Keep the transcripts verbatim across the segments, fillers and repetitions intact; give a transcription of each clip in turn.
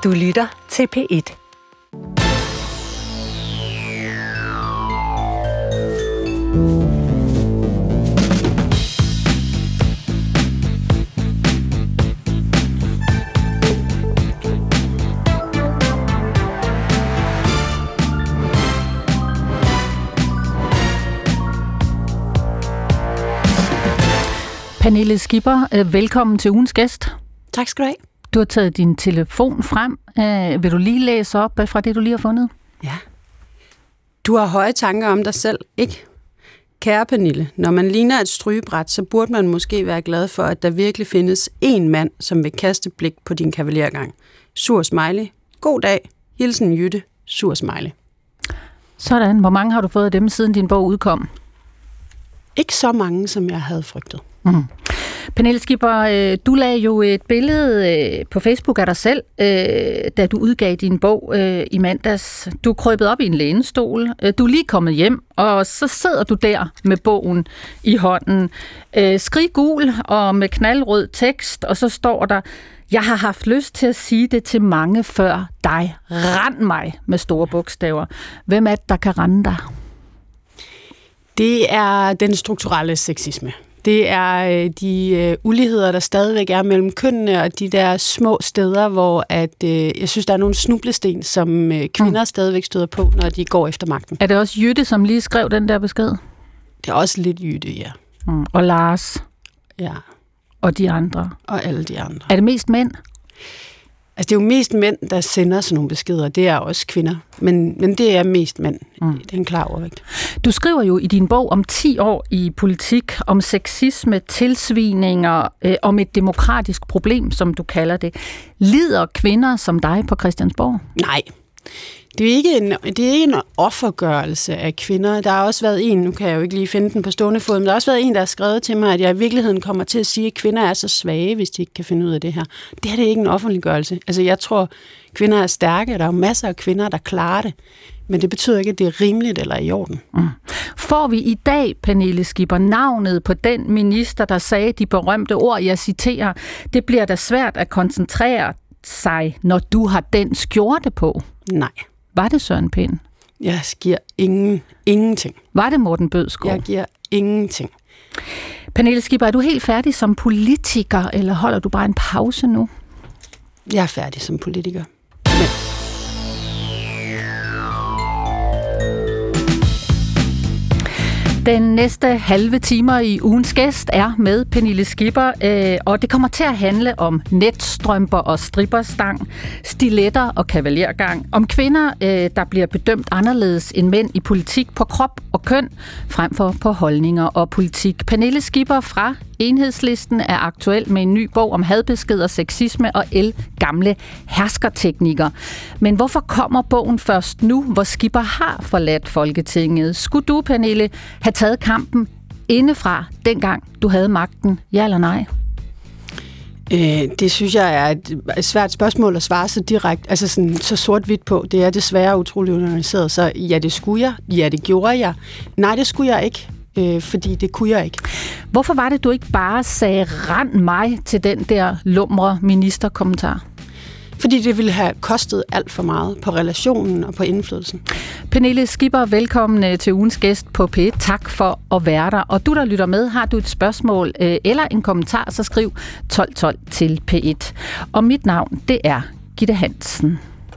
Du lytter til P et. Pernille Skipper, velkommen til ugens gæst. Tak skal du have. Du har taget din telefon frem. Vil du lige læse op fra det, du lige har fundet? Ja. Du har høje tanker om dig selv, ikke? Kære Pernille, når man ligner et strygebræt, så burde man måske være glad for, at der virkelig findes én mand, som vil kaste blik på din kavalergang. Sur smiley. God dag. Hilsen Jytte. Sur smiley. Sådan. Hvor mange har du fået af dem, siden din bog udkom? Ikke så mange, som jeg havde frygtet. Mm. Pernille Skipper, du lagde jo et billede på Facebook af dig selv, da du udgav din bog i mandags. Du er krøbet op i en lænestol, du er lige kommet hjem, og så sidder du der med bogen i hånden. Skrig gul og med knaldrød tekst, og så står der: jeg har haft lyst til at sige det til mange før dig. Rend mig, med store bogstaver. Hvem er det, der kan rende dig? Det er den strukturelle sexisme. Det er de uligheder, der stadigvæk er mellem kønnene, og de der små steder, hvor at, jeg synes, der er nogle snublesten, som kvinder mm. stadigvæk støder på, når de går efter magten. Er det også Jytte, som lige skrev den der besked? Det er også lidt Jytte, ja. Mm. Og Lars? Ja. Og de andre? Og alle de andre. Er det mest mænd? Altså, det er jo mest mænd, der sender sådan nogle beskeder. Det er også kvinder. Men, men det er mest mænd. Mm. Det er en klar overvægt. Du skriver jo i din bog om ti år i politik, om sexisme, tilsvininger, øh, om et demokratisk problem, som du kalder det. Lider kvinder som dig på Christiansborg? Nej. Det er, ikke en, det er ikke en offergørelse af kvinder. Der har også været en, nu kan jeg jo ikke lige finde den på stående fod, men der har også været en, der har skrevet til mig, at jeg i virkeligheden kommer til at sige, at kvinder er så svage, hvis de ikke kan finde ud af det her. Det her det er ikke en offentliggørelse. Altså jeg tror, kvinder er stærke, der er masser af kvinder, der klarer det. Men det betyder ikke, at det er rimeligt eller i orden. Mm. Får vi i dag, Pernille Skipper, navnet på den minister, der sagde de berømte ord, jeg citerer: det bliver da svært at koncentrere sig, når du har den skjorte på? Nej. Var det Søren Pind? Jeg giver ingen, ingenting. Var det Morten Bødskov? Jeg giver ingenting. Pernille Skipper, er du helt færdig som politiker, eller holder du bare en pause nu? Jeg er færdig som politiker. Men den næste halve timer i ugens gæst er med Pernille Skipper, øh, og det kommer til at handle om netstrømper og stripperstang, stiletter og kavalergang, om kvinder, øh, der bliver bedømt anderledes end mænd i politik på krop og køn, frem for på holdninger og politik. Pernille Skipper fra Enhedslisten er aktuel med en ny bog om hadbeskeder, sexisme og ældgamle herskerteknikker. Men hvorfor kommer bogen først nu, hvor Skipper har forladt Folketinget? Skulle du, Pernille, have taget kampen indefra, dengang du havde magten? Ja eller nej? Øh, det synes jeg er et svært spørgsmål at svare så direkte, altså sådan, så sort-hvidt på. Det er desværre utroligt nuanceret. Så ja, det skulle jeg. Ja, det gjorde jeg. Nej, det skulle jeg ikke. Øh, fordi det kunne jeg ikke. Hvorfor var det, du ikke bare sagde rend mig til den der lumre ministerkommentar? Fordi det ville have kostet alt for meget på relationen og på indflydelsen. Pernille Skipper, velkommen til ugens gæst på P et. Tak for at være der. Og du, der lytter med, har du et spørgsmål øh, eller en kommentar, så skriv tolv tolv til P et. Og mit navn, det er Gitte Hansen.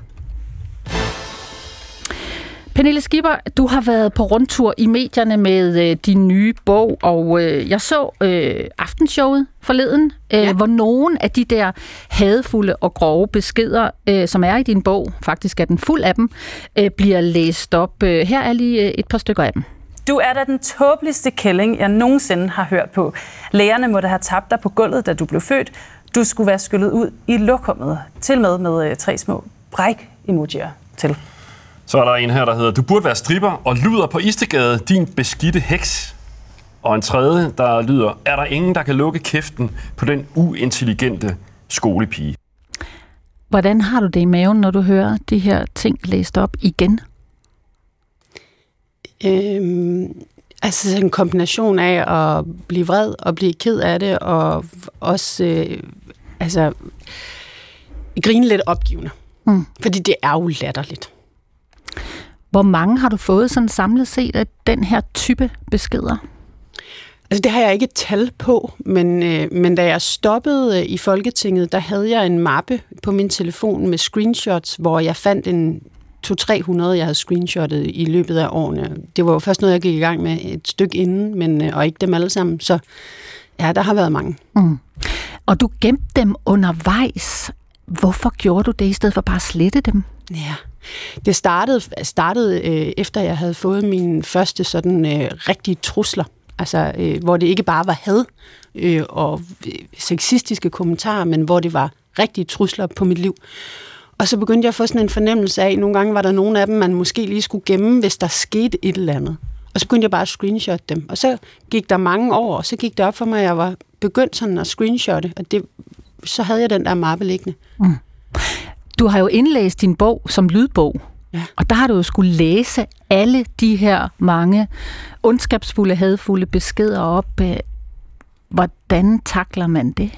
Pernille Skipper, du har været på rundtur i medierne med øh, din nye bog, og øh, jeg så øh, aftenshowet forleden, øh, ja. hvor nogle af de der hadefulde og grove beskeder, øh, som er i din bog, faktisk er den fuld af dem, øh, bliver læst op. Her er lige øh, et par stykker af dem. Du er da den tåbeligste kælling, jeg nogensinde har hørt på. Lægerne måtte have tabt dig på gulvet, da du blev født. Du skulle være skyllet ud i lokummet, til med med øh, tre små bræk-emojier til. Så er der en her, der hedder: du burde være stripper og luder på Istegade, din beskidte heks. Og en tredje, der lyder: er der ingen, der kan lukke kæften på den uintelligente skolepige? Hvordan har du det i maven, når du hører de her ting læst op igen? Øhm, altså en kombination af at blive vred og blive ked af det, og også øh, altså grine lidt opgivende. Mm. Fordi det er jo latterligt. Hvor mange har du fået sådan samlet set af den her type beskeder? Altså det har jeg ikke et tal på, men, øh, men da jeg stoppede øh, i Folketinget, der havde jeg en mappe på min telefon med screenshots, hvor jeg fandt en to til tre hundrede, jeg havde screenshottet i løbet af årene. Det var jo først noget, jeg gik i gang med et stykke inden, men, øh, og ikke dem alle sammen. Så ja, der har været mange. Mm. Og du gemte dem undervejs. Hvorfor gjorde du det, i stedet for bare at slette dem? Ja, det startede, startede øh, efter jeg havde fået mine første sådan øh, rigtige trusler. Altså, øh, hvor det ikke bare var had øh, og øh, sexistiske kommentarer, men hvor det var rigtige trusler på mit liv. Og så begyndte jeg at få sådan en fornemmelse af, at nogle gange var der nogle af dem, man måske lige skulle gemme, hvis der skete et eller andet. Og så begyndte jeg bare at screenshotte dem. Og så gik der mange år, og så gik det op for mig, at jeg var begyndt sådan at screenshotte, og det, så havde jeg den der mappe liggende. Mm. Du har jo indlæst din bog som lydbog. Ja. Og der har du jo skulle læse alle de her mange ondskabsfulde, hadfulde beskeder op. Hvordan takler man det?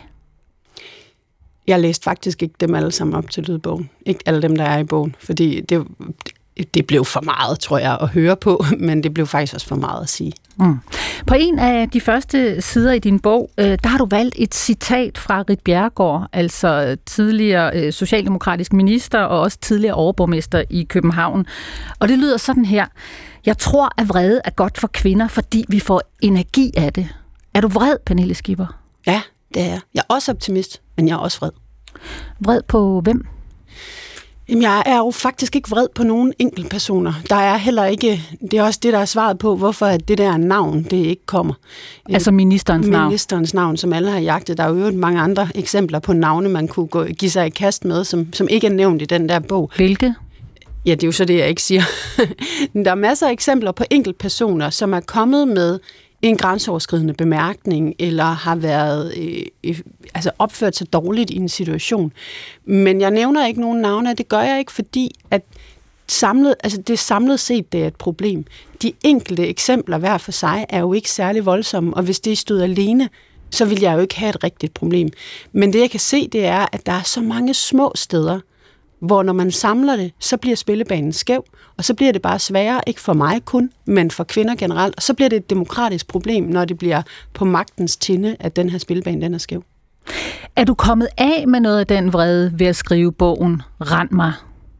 Jeg læste faktisk ikke dem alle sammen op til lydbogen. Ikke alle dem, der er i bogen. Fordi det, det blev for meget, tror jeg, at høre på, men det blev faktisk også for meget at sige. Mm. På en af de første sider i din bog, der har du valgt et citat fra Ritt Bjerregaard, altså tidligere socialdemokratisk minister og også tidligere overborgmester i København. Og det lyder sådan her: Jeg tror, at vrede er godt for kvinder, fordi vi får energi af det. Er du vred, Pernille Skipper? Ja, det er jeg. Jeg er også optimist, men jeg er også vred. Vred på hvem? Jamen, jeg er jo faktisk ikke vred på nogen enkeltpersoner. Der er heller ikke, det er også det, der er svaret på, hvorfor det der navn, det ikke kommer. Altså ministerens navn? Ministerens navn, som alle har jagtet. Der er jo mange andre eksempler på navne, man kunne gå, give sig i kast med, som, som ikke er nævnt i den der bog. Hvilke? Ja, det er jo så det, jeg ikke siger. Der er masser af eksempler på enkeltpersoner, som er kommet med en grænseoverskridende bemærkning, eller har været øh, altså opført sig dårligt i en situation. Men jeg nævner ikke nogen navne, det gør jeg ikke, fordi at samlet, altså det samlet set, det er et problem. De enkelte eksempler hver for sig er jo ikke særlig voldsomme, og hvis det stod alene, så vil jeg jo ikke have et rigtigt problem. Men det jeg kan se, det er, at der er så mange små steder, hvor når man samler det, så bliver spillebanen skæv, og så bliver det bare sværere, ikke for mig kun, men for kvinder generelt, og så bliver det et demokratisk problem, når det bliver på magtens tinde, at den her spillebane, den er skæv. Er du kommet af med noget af den vrede ved at skrive bogen Rend mig?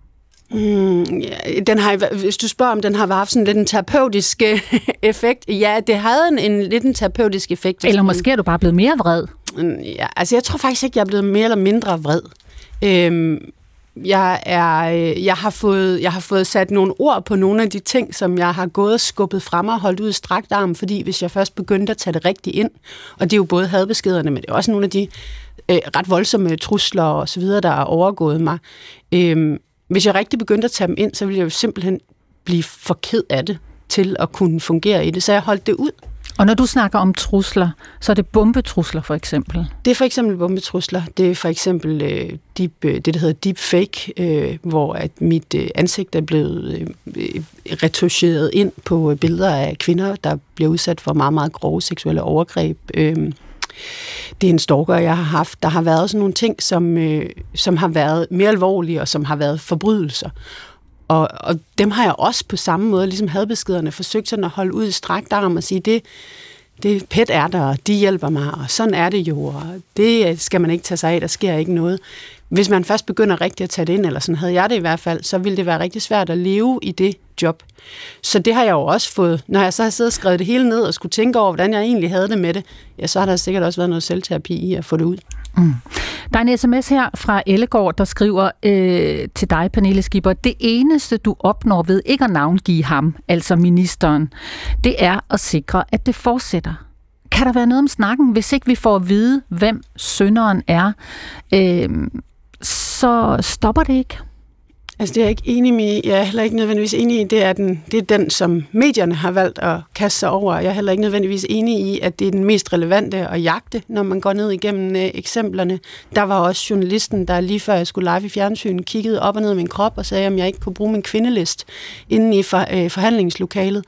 Mm, ja, den har, hvis du spørger, om den har haft sådan lidt en terapeutisk effekt, ja, det havde en, en lidt en terapeutisk effekt. Eller måske er du bare blevet mere vred? Ja, altså jeg tror faktisk ikke, jeg er blevet mere eller mindre vred. Øhm, Jeg, er, jeg, har fået, jeg har fået sat nogle ord på nogle af de ting, som jeg har gået og skubbet frem og holdt ud i strakt arm, fordi hvis jeg først begyndte at tage det rigtigt ind, og det er jo både hadbeskederne, men det er også nogle af de øh, ret voldsomme trusler og så videre, der er overgået mig. Øh, hvis jeg rigtig begyndte at tage dem ind, så ville jeg jo simpelthen blive for ked af det til at kunne fungere i det, så jeg holdt det ud. Og når du snakker om trusler, så er det bombetrusler for eksempel? Det er for eksempel bombetrusler. Det er for eksempel øh, deep, øh, det, der hedder deepfake, øh, hvor at mit øh, ansigt er blevet øh, retoucheret ind på billeder af kvinder, der bliver udsat for meget, meget grove seksuelle overgreb. Øh, det er en stalker, jeg har haft. Der har været sådan nogle ting, som, øh, som har været mere alvorlige, og som har været forbrydelser. Og, og dem har jeg også på samme måde, ligesom hadbeskederne, forsøgt sådan at holde ud i strakt arm og sige, det, det pet er der, og de hjælper mig, og sådan er det jo, og det skal man ikke tage sig af, der sker ikke noget. Hvis man først begynder rigtigt at tage det ind, eller sådan havde jeg det i hvert fald, så ville det være rigtig svært at leve i det job. Så det har jeg jo også fået. Når jeg så har siddet og skrevet det hele ned, og skulle tænke over, hvordan jeg egentlig havde det med det, ja, så har der sikkert også været noget selvterapi i at få det ud. Mm. Der er en sms her fra Ellegaard, der skriver øh, til dig, Pernille Skipper: det eneste, du opnår ved ikke at navngive ham, altså ministeren, det er at sikre, at det fortsætter. Kan der være noget om snakken, hvis ikke vi får at vide, hvem synderen er, øh, så stopper det ikke? Altså det er jeg ikke enig med. Jeg er heller ikke nødvendigvis enig i, det er, den, det er den, som medierne har valgt at kaste sig over. Jeg er heller ikke nødvendigvis enig i, at det er den mest relevante at jagte, når man går ned igennem øh, eksemplerne. Der var også journalisten, der lige før jeg skulle live i fjernsynet, kiggede op og ned i min krop og sagde, om jeg ikke kunne bruge min kvindelist inde i for, øh, forhandlingslokalet.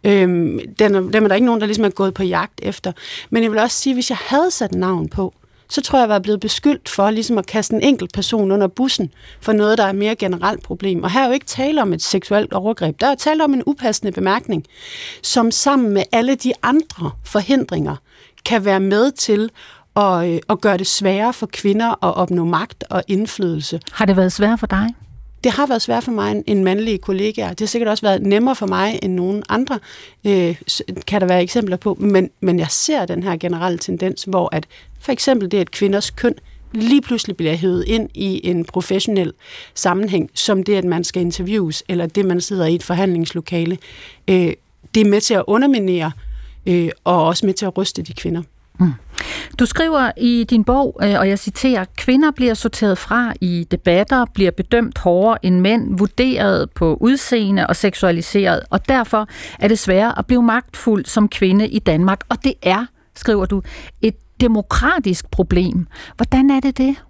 Øhm, den, dem er der ikke nogen, der ligesom er gået på jagt efter. Men jeg vil også sige, hvis jeg havde sat navn på, så tror jeg, at jeg var blevet beskyldt for ligesom at kaste en enkelt person under bussen for noget, der er mere generelt problem. Og her er jo ikke tale om et seksuelt overgreb. Der er tale om en upassende bemærkning, som sammen med alle de andre forhindringer kan være med til at, øh, at gøre det sværere for kvinder at opnå magt og indflydelse. Har det været svært for dig? Det har været svært for mig end mandlige kollegaer. Det har sikkert også været nemmere for mig end nogen andre, øh, kan der være eksempler på. Men, men jeg ser den her generelle tendens, hvor at for eksempel det, at kvinders køn lige pludselig bliver hævet ind i en professionel sammenhæng, som det, at man skal interviews, eller det, man sidder i et forhandlingslokale, øh, det er med til at underminere, øh, og også med til at ryste de kvinder. Mm. Du skriver i din bog, og jeg citerer, kvinder bliver sorteret fra i debatter, bliver bedømt hårdere end mænd, vurderet på udseende og seksualiseret, og derfor er det sværere at blive magtfuld som kvinde i Danmark. Og det er, skriver du, et demokratisk problem. Hvordan er det det?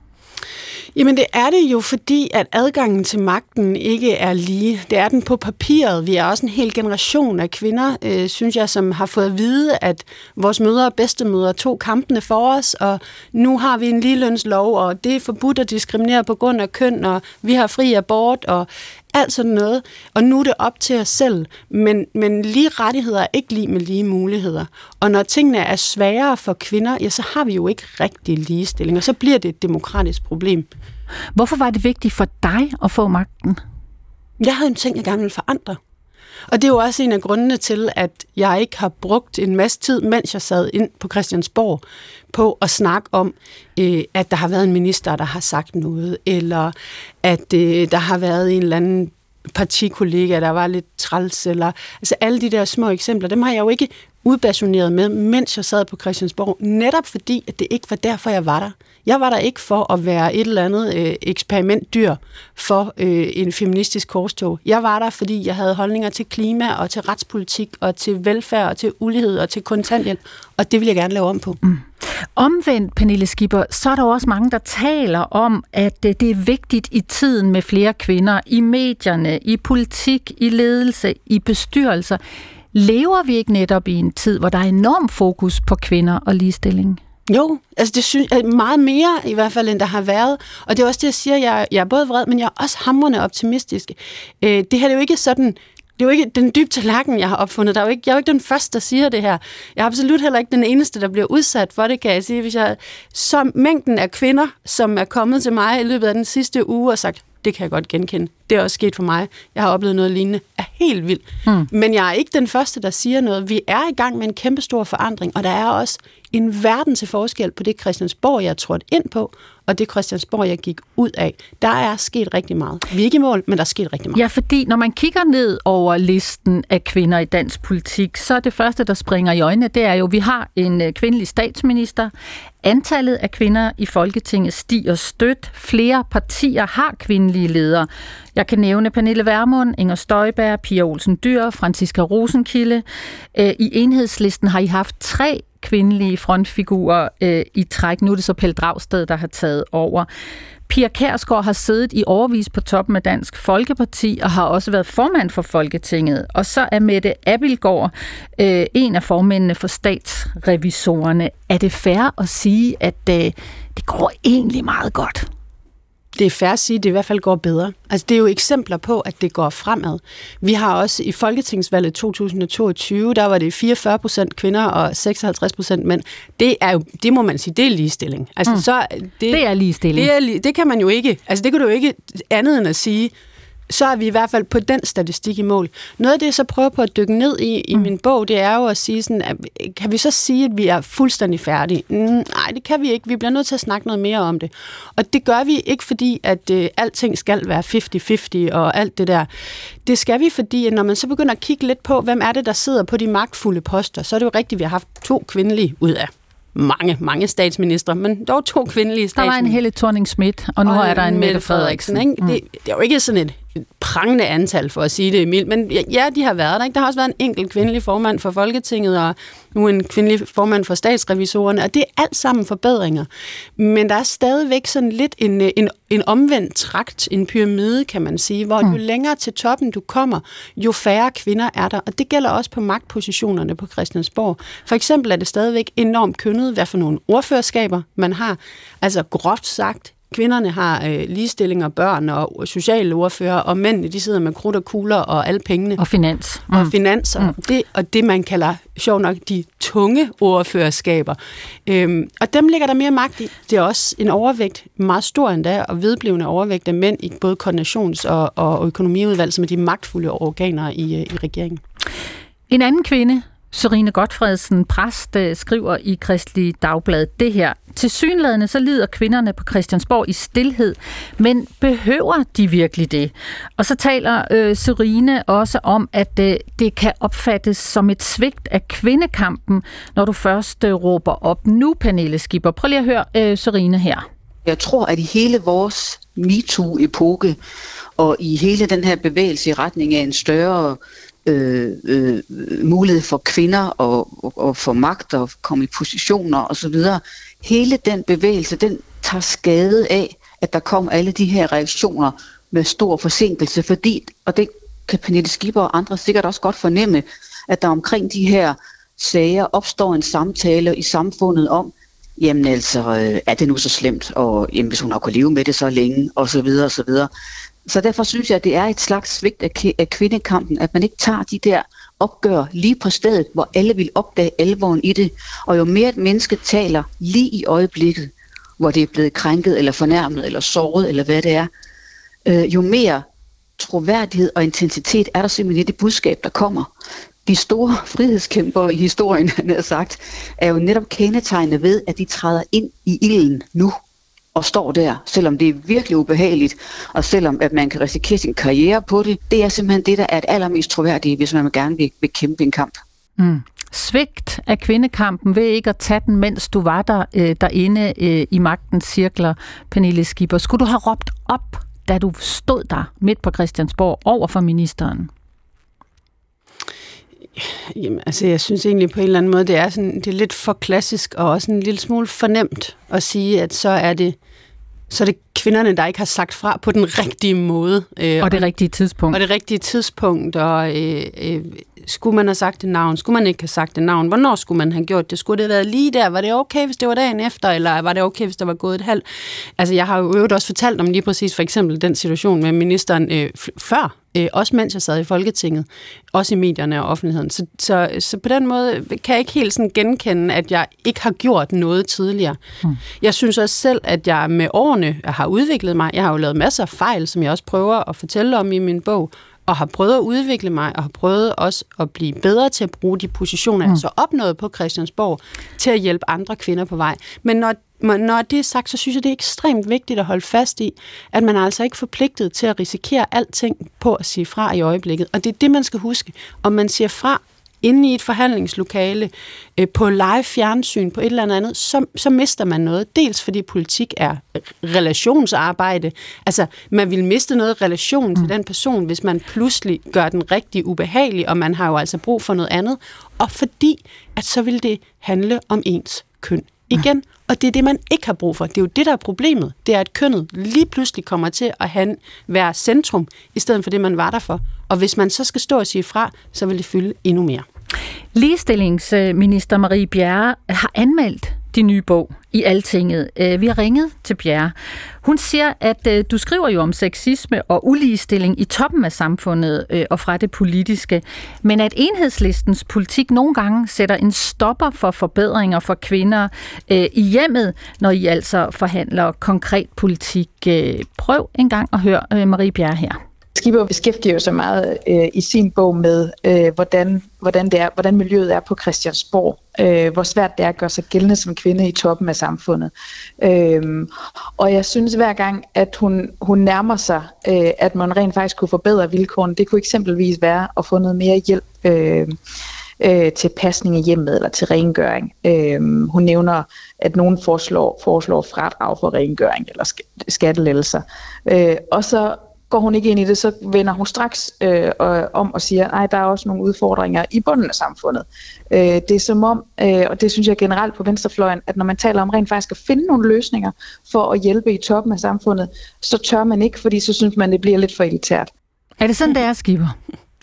Jamen det er det jo, fordi at adgangen til magten ikke er lige. Det er den på papiret. Vi er også en hel generation af kvinder, øh, synes jeg, som har fået at vide, at vores mødre og bedstemødre tog kampene for os, og nu har vi en ligelønslov, og det er forbudt at diskriminere på grund af køn, og vi har fri abort, og alt sådan noget. Og nu er det op til os selv. Men, men lige rettigheder er ikke lige med lige muligheder. Og når tingene er sværere for kvinder, ja, så har vi jo ikke rigtig ligestilling, og så bliver det et demokratisk problem. Hvorfor var det vigtigt for dig at få magten? Jeg havde en ting, jeg gerne ville forandre. Og det er jo også en af grundene til, at jeg ikke har brugt en masse tid, mens jeg sad ind på Christiansborg, på at snakke om, øh, at der har været en minister, der har sagt noget, eller at øh, der har været en eller anden partikollega, der var lidt træls, eller altså alle de der små eksempler, dem har jeg jo ikke udbasuneret med, mens jeg sad på Christiansborg, netop fordi, at det ikke var derfor, jeg var der. Jeg var der ikke for at være et eller andet øh, eksperimentdyr for øh, en feministisk korstog. Jeg var der, fordi jeg havde holdninger til klima og til retspolitik og til velfærd og til ulighed og til kontanthjælp, og det vil jeg gerne lave om på. Mm. Omvendt, Pernille Skipper, så er der også mange, der taler om, at det er vigtigt i tiden med flere kvinder i medierne, i politik, i ledelse, i bestyrelser. Lever vi ikke netop i en tid, hvor der er enorm fokus på kvinder og ligestilling? Jo, altså det synes jeg meget mere i hvert fald, end der har været. Og det er også det, jeg siger, jeg, jeg er både vred, men jeg er også hamrende optimistisk. Øh, det her er jo ikke sådan, det er jo ikke den dybe tallerken, jeg har opfundet. Der er jo ikke, jeg er jo ikke den første, der siger det her. Jeg er absolut heller ikke den eneste, der bliver udsat for det, kan jeg sige. Hvis jeg, så mængden af kvinder, som er kommet til mig i løbet af den sidste uge og sagt, det kan jeg godt genkende. Det er også sket for mig. Jeg har oplevet noget lignende. Er helt vildt. Mm. Men jeg er ikke den første, der siger noget. Vi er i gang med en kæmpe stor forandring, og der er også en verden til forskel på det Christiansborg, jeg trådte ind på, og det Christiansborg, jeg gik ud af. Der er sket rigtig meget. Vi er ikke i mål, men der er sket rigtig meget. Ja, fordi når man kigger ned over listen af kvinder i dansk politik, så er det første, der springer i øjnene, det er jo, at vi har en kvindelig statsminister. Antallet af kvinder i Folketinget stiger stødt. Flere partier har kvindelige ledere. Jeg kan nævne Pernille Vermund, Inger Støjberg, Pia Olsen Dyhr, Franciska Rosenkilde. I Enhedslisten har I haft tre kvindelige frontfigurer øh, i træk. Nu er det så Pelle Dragsted, der har taget over. Pia Kjærsgaard har siddet i årevis på toppen af Dansk Folkeparti og har også været formand for Folketinget. Og så er Mette Abildgaard øh, en af formændene for statsrevisorerne. Er det fair at sige, at øh, det går egentlig meget godt? Det er fair at sige, at det i hvert fald går bedre. Altså, det er jo eksempler på, at det går fremad. Vi har også i Folketingsvalget to tusind toogtyve, der var det fireogfyrre procent kvinder og seksoghalvtreds procent mænd. Det er jo, det må man sige, det er ligestilling. Altså, mm. så det, det er ligestilling. Det, er, det kan man jo ikke. Altså, det kan du jo ikke andet end at sige. Så er vi i hvert fald på den statistik i mål. Noget af det, jeg så prøver på at dykke ned i i mm. min bog, det er jo at sige sådan, at, kan vi så sige, at vi er fuldstændig færdige? Mm, nej, det kan vi ikke. Vi bliver nødt til at snakke noget mere om det. Og det gør vi ikke, fordi at øh, alting skal være halvtreds halvtreds og alt det der. Det skal vi, fordi når man så begynder at kigge lidt på, hvem er det, der sidder på de magtfulde poster, så er det jo rigtigt, at vi har haft to kvindelige ud af mange, mange statsministre, men dog to kvindelige statsministre. Der var en Helle Thorning-Schmidt, og nu og er der en Mette Frederiksen. Frederiksen, ikke? Mm. Det, det er jo ikke sådan et prangende antal, for at sige det mildt. Men ja, de har været der. Ikke? Der har også været en enkelt kvindelig formand for Folketinget, og nu en kvindelig formand for statsrevisorerne, og det er alt sammen forbedringer. Men der er stadigvæk sådan lidt en, en, en omvendt trakt, en pyramide, kan man sige, hvor mm. jo længere til toppen du kommer, jo færre kvinder er der. Og det gælder også på magtpositionerne på Christiansborg. For eksempel er det stadigvæk enormt kønnet, hvad for nogle ordførerskaber man har. Altså groft sagt, kvinderne har øh, ligestilling og børn og sociale ordfører, og mændene, de sidder med krudt og kugler og alle pengene. Og finans. Mm. Og finanser. Mm. Det, og det, man kalder, sjov nok, de tunge ordførerskaber. Øhm, og dem ligger der mere magt i. Det er også en overvægt, meget stor endda, og vedblivende overvægt af mænd i både koordinations- og, og økonomiudvalg, som er de magtfulde organer i, i regeringen. En anden kvinde, Sørine Gotfredsen, præst, skriver i Kristelige Dagblad det her. Tilsyneladende så lider kvinderne på Christiansborg i stilhed, men behøver de virkelig det? Og så taler øh, Sørine også om, at øh, det kan opfattes som et svigt af kvindekampen, når du først øh, råber op. Nu, Pernille Skipper, prøv lige at høre øh, Sørine her. Jeg tror, at i hele vores MeToo-epoke og i hele den her bevægelse i retning af en større Øh, øh, mulighed for kvinder og, og, og for magt og komme i positioner og så videre. Hele den bevægelse, den tager skade af, at der kom alle de her reaktioner med stor forsinkelse, fordi, og det kan Pernille Skipper og andre sikkert også godt fornemme, at der omkring de her sager opstår en samtale i samfundet om, jamen altså, øh, er det nu så slemt, og jamen, hvis hun har kunnet leve med det så længe, og så videre, og så videre. Så derfor synes jeg, at det er et slags svigt af kvindekampen, at man ikke tager de der opgør lige på stedet, hvor alle vil opdage alvoren i det. Og jo mere et menneske taler lige i øjeblikket, hvor det er blevet krænket, eller fornærmet, eller såret, eller hvad det er, øh, jo mere troværdighed og intensitet er der simpelthen i det budskab, der kommer. De store frihedskæmpere i historien, han har sagt, er jo netop kendetegnet ved, at de træder ind i ilden nu. Og står der, selvom det er virkelig ubehageligt, og selvom at man kan risikere sin karriere på det, det er simpelthen det, der er det allermest troværdige, hvis man gerne vil, vil kæmpe en kamp. Mm. Svigt af kvindekampen ved ikke at tage den, mens du var der øh, derinde øh, i magtens cirkler, Pernille Skipper. Skulle du have råbt op, da du stod der midt på Christiansborg over for ministeren? Jamen, altså jeg synes egentlig på en eller anden måde, det er, sådan, det er lidt for klassisk og også en lille smule fornemt at sige, at så er det, så er det kvinderne, der ikke har sagt fra på den rigtige måde. Øh, og det rigtige tidspunkt. Og det rigtige tidspunkt, og øh, øh, skulle man have sagt et navn, skulle man ikke have sagt et navn, hvornår skulle man have gjort det, skulle det have været lige der, var det okay, hvis det var dagen efter, eller var det okay, hvis der var gået et halvt? Altså jeg har jo øvrigt også fortalt om lige præcis for eksempel den situation med ministeren øh, før, øh, også mens jeg sad i Folketinget, også i medierne og offentligheden. Så, så, så på den måde kan jeg ikke helt sådan genkende, at jeg ikke har gjort noget tidligere. Hmm. Jeg synes også selv, at jeg med årene har udviklet mig. Jeg har jo lavet masser af fejl, som jeg også prøver at fortælle om i min bog, og har prøvet at udvikle mig, og har prøvet også at blive bedre til at bruge de positioner, mm. jeg så opnået på Christiansborg, til at hjælpe andre kvinder på vej. Men når, når det er sagt, så synes jeg, det er ekstremt vigtigt at holde fast i, at man er altså ikke forpligtet til at risikere alting på at sige fra i øjeblikket. Og det er det, man skal huske. Om man siger fra inde i et forhandlingslokale, øh, på live fjernsyn, på et eller andet, så, så mister man noget. Dels fordi politik er relationsarbejde. Altså, man vil miste noget relation mm. til den person, hvis man pludselig gør den rigtig ubehagelig, og man har jo altså brug for noget andet. Og fordi, at så vil det handle om ens køn igen. Mm. Og det er det, man ikke har brug for. Det er jo det, der er problemet. Det er, at kønnet lige pludselig kommer til at han, være centrum, i stedet for det, man var der for. Og hvis man så skal stå og sige fra, så vil det fylde endnu mere. Ligestillingsminister Marie Bjerre har anmeldt din nye bog i Altinget. Vi har ringet til Bjerre. Hun siger, at du skriver jo om sexisme og uligestilling i toppen af samfundet og fra det politiske, men at Enhedslistens politik nogle gange sætter en stopper for forbedringer for kvinder i hjemmet, når I altså forhandler konkret politik. Prøv en gang at høre Marie Bjerre her. Skipper beskæftiger sig meget øh, i sin bog med, øh, hvordan, hvordan, det er, hvordan miljøet er på Christiansborg. Øh, hvor svært det er at gøre sig gældende som kvinde i toppen af samfundet. Øh, og jeg synes hver gang, at hun, hun nærmer sig, øh, at man rent faktisk kunne forbedre vilkårene. Det kunne eksempelvis være at få noget mere hjælp øh, øh, til pasning i hjemmet eller til rengøring. Øh, hun nævner, at nogen foreslår, foreslår fradrag for rengøring eller skattelettelser. Øh, og så går hun ikke ind i det, så vender hun straks øh, om og siger, nej, der er også nogle udfordringer i bunden af samfundet. Øh, det er som om, øh, og det synes jeg generelt på venstrefløjen, at når man taler om rent faktisk at finde nogle løsninger for at hjælpe i toppen af samfundet, så tør man ikke, fordi så synes man, det bliver lidt for elitært. Er det sådan, det er, Skipper?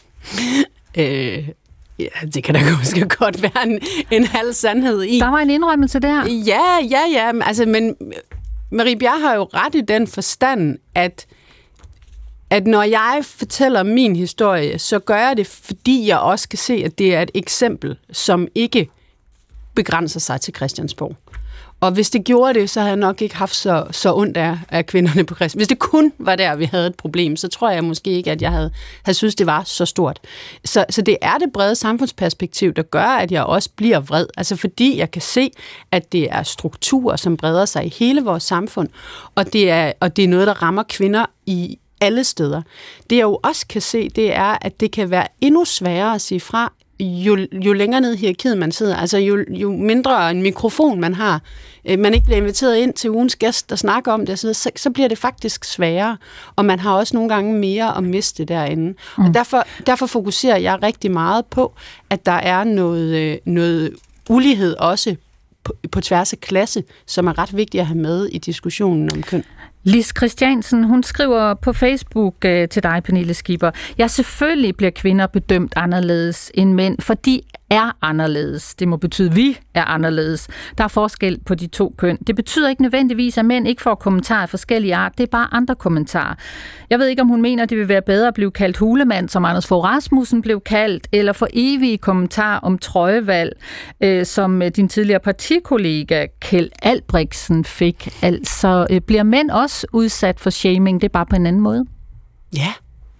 øh, ja, det kan da måske godt være en, en halv sandhed i. Der var en indrømmelse der. Ja, ja, ja. Altså, men Marie Bjerre har jo ret i den forstand, at at når jeg fortæller min historie, så gør jeg det, fordi jeg også kan se, at det er et eksempel, som ikke begrænser sig til Christiansborg. Og hvis det gjorde det, så havde jeg nok ikke haft så, så ondt af, af kvinderne på Christiansborg. Hvis det kun var der, vi havde et problem, så tror jeg måske ikke, at jeg havde, havde synes, det var så stort. Så, så det er det brede samfundsperspektiv, der gør, at jeg også bliver vred. Altså fordi jeg kan se, at det er strukturer, som breder sig i hele vores samfund, og det er, og det er noget, der rammer kvinder i alle steder. Det jeg jo også kan se, det er, at det kan være endnu sværere at sige fra, jo, jo længere ned i hierarkiet man sidder. Altså jo, jo mindre en mikrofon man har, man ikke bliver inviteret ind til ugens gæst, der snakker om det, så, så bliver det faktisk sværere, og man har også nogle gange mere at miste derinde. Mm. Og derfor, derfor fokuserer jeg rigtig meget på, at der er noget, noget ulighed også på, på tværs af klasse, som er ret vigtigt at have med i diskussionen om køn. Lis Christiansen, hun skriver på Facebook øh, til dig, Pernille Skipper. Ja, selvfølgelig bliver kvinder bedømt anderledes end mænd, for de er anderledes. Det må betyde, at vi er anderledes. Der er forskel på de to køn. Det betyder ikke nødvendigvis, at mænd ikke får kommentarer af forskellige art. Det er bare andre kommentarer. Jeg ved ikke, om hun mener, at det vil være bedre at blive kaldt hulemand, som Anders Fogh Rasmussen blev kaldt, eller for evige kommentarer om trøjevalg, øh, som din tidligere partikollega Kjeld Albrechtsen fik. Altså, øh, bliver mænd også udsat for shaming? Det er bare på en anden måde? Ja.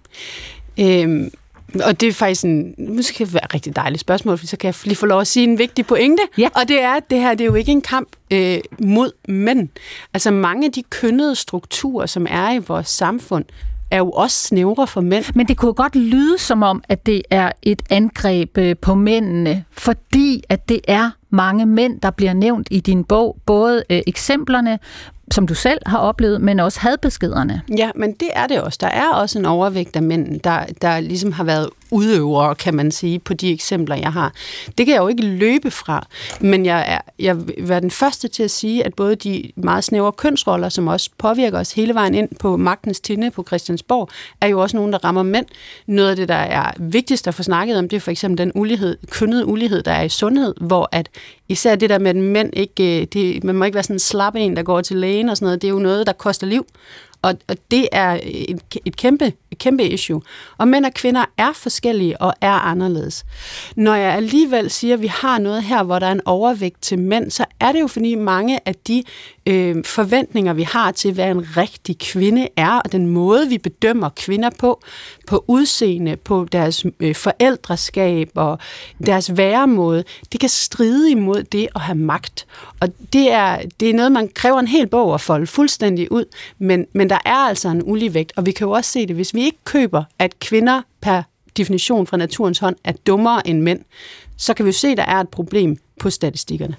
Øhm. Og det er faktisk en, måske være et rigtig dejligt spørgsmål, for så kan jeg lige få lov at sige en vigtig pointe. Ja. Og det er, at det her det er jo ikke en kamp øh, mod mænd. Altså mange af de kønnede strukturer, som er i vores samfund, er jo også snævre for mænd. Men det kunne godt lyde som om, at det er et angreb på mændene, fordi at det er mange mænd, der bliver nævnt i din bog. Både øh, eksemplerne, som du selv har oplevet, men også hadbeskederne. Ja, men det er det også. Der er også en overvægt af mænd, der, der ligesom har været udøvere, kan man sige, på de eksempler, jeg har. Det kan jeg jo ikke løbe fra, men jeg, er, jeg vil være den første til at sige, at både de meget snævre kønsroller, som også påvirker os hele vejen ind på magtens tinde på Christiansborg, er jo også nogen, der rammer mænd. Noget af det, der er vigtigst at få snakket om, det er for eksempel den ulighed, kønnede ulighed, der er i sundhed, hvor at især det der med, at mænd ikke, det, man må ikke være sådan en slap en, der går til lægen og sådan noget, det er jo noget, der koster liv. Og, og det er et, et, kæmpe, et kæmpe issue. Og mænd og kvinder er forskellige og er anderledes. Når jeg alligevel siger, at vi har noget her, hvor der er en overvægt til mænd, så er det jo fordi mange af de øh, forventninger, vi har til, hvad en rigtig kvinde er, og den måde, vi bedømmer kvinder på, på udseende, på deres øh, forældreskab og deres væremåde, det kan stride imod det at have magt. Og det er, det er noget, man kræver en hel bog at folde fuldstændig ud, men, men der er altså en uligevægt, og vi kan jo også se det, hvis vi ikke køber, at kvinder per definition fra naturens hånd er dummere end mænd, så kan vi jo se, at der er et problem på statistikkerne.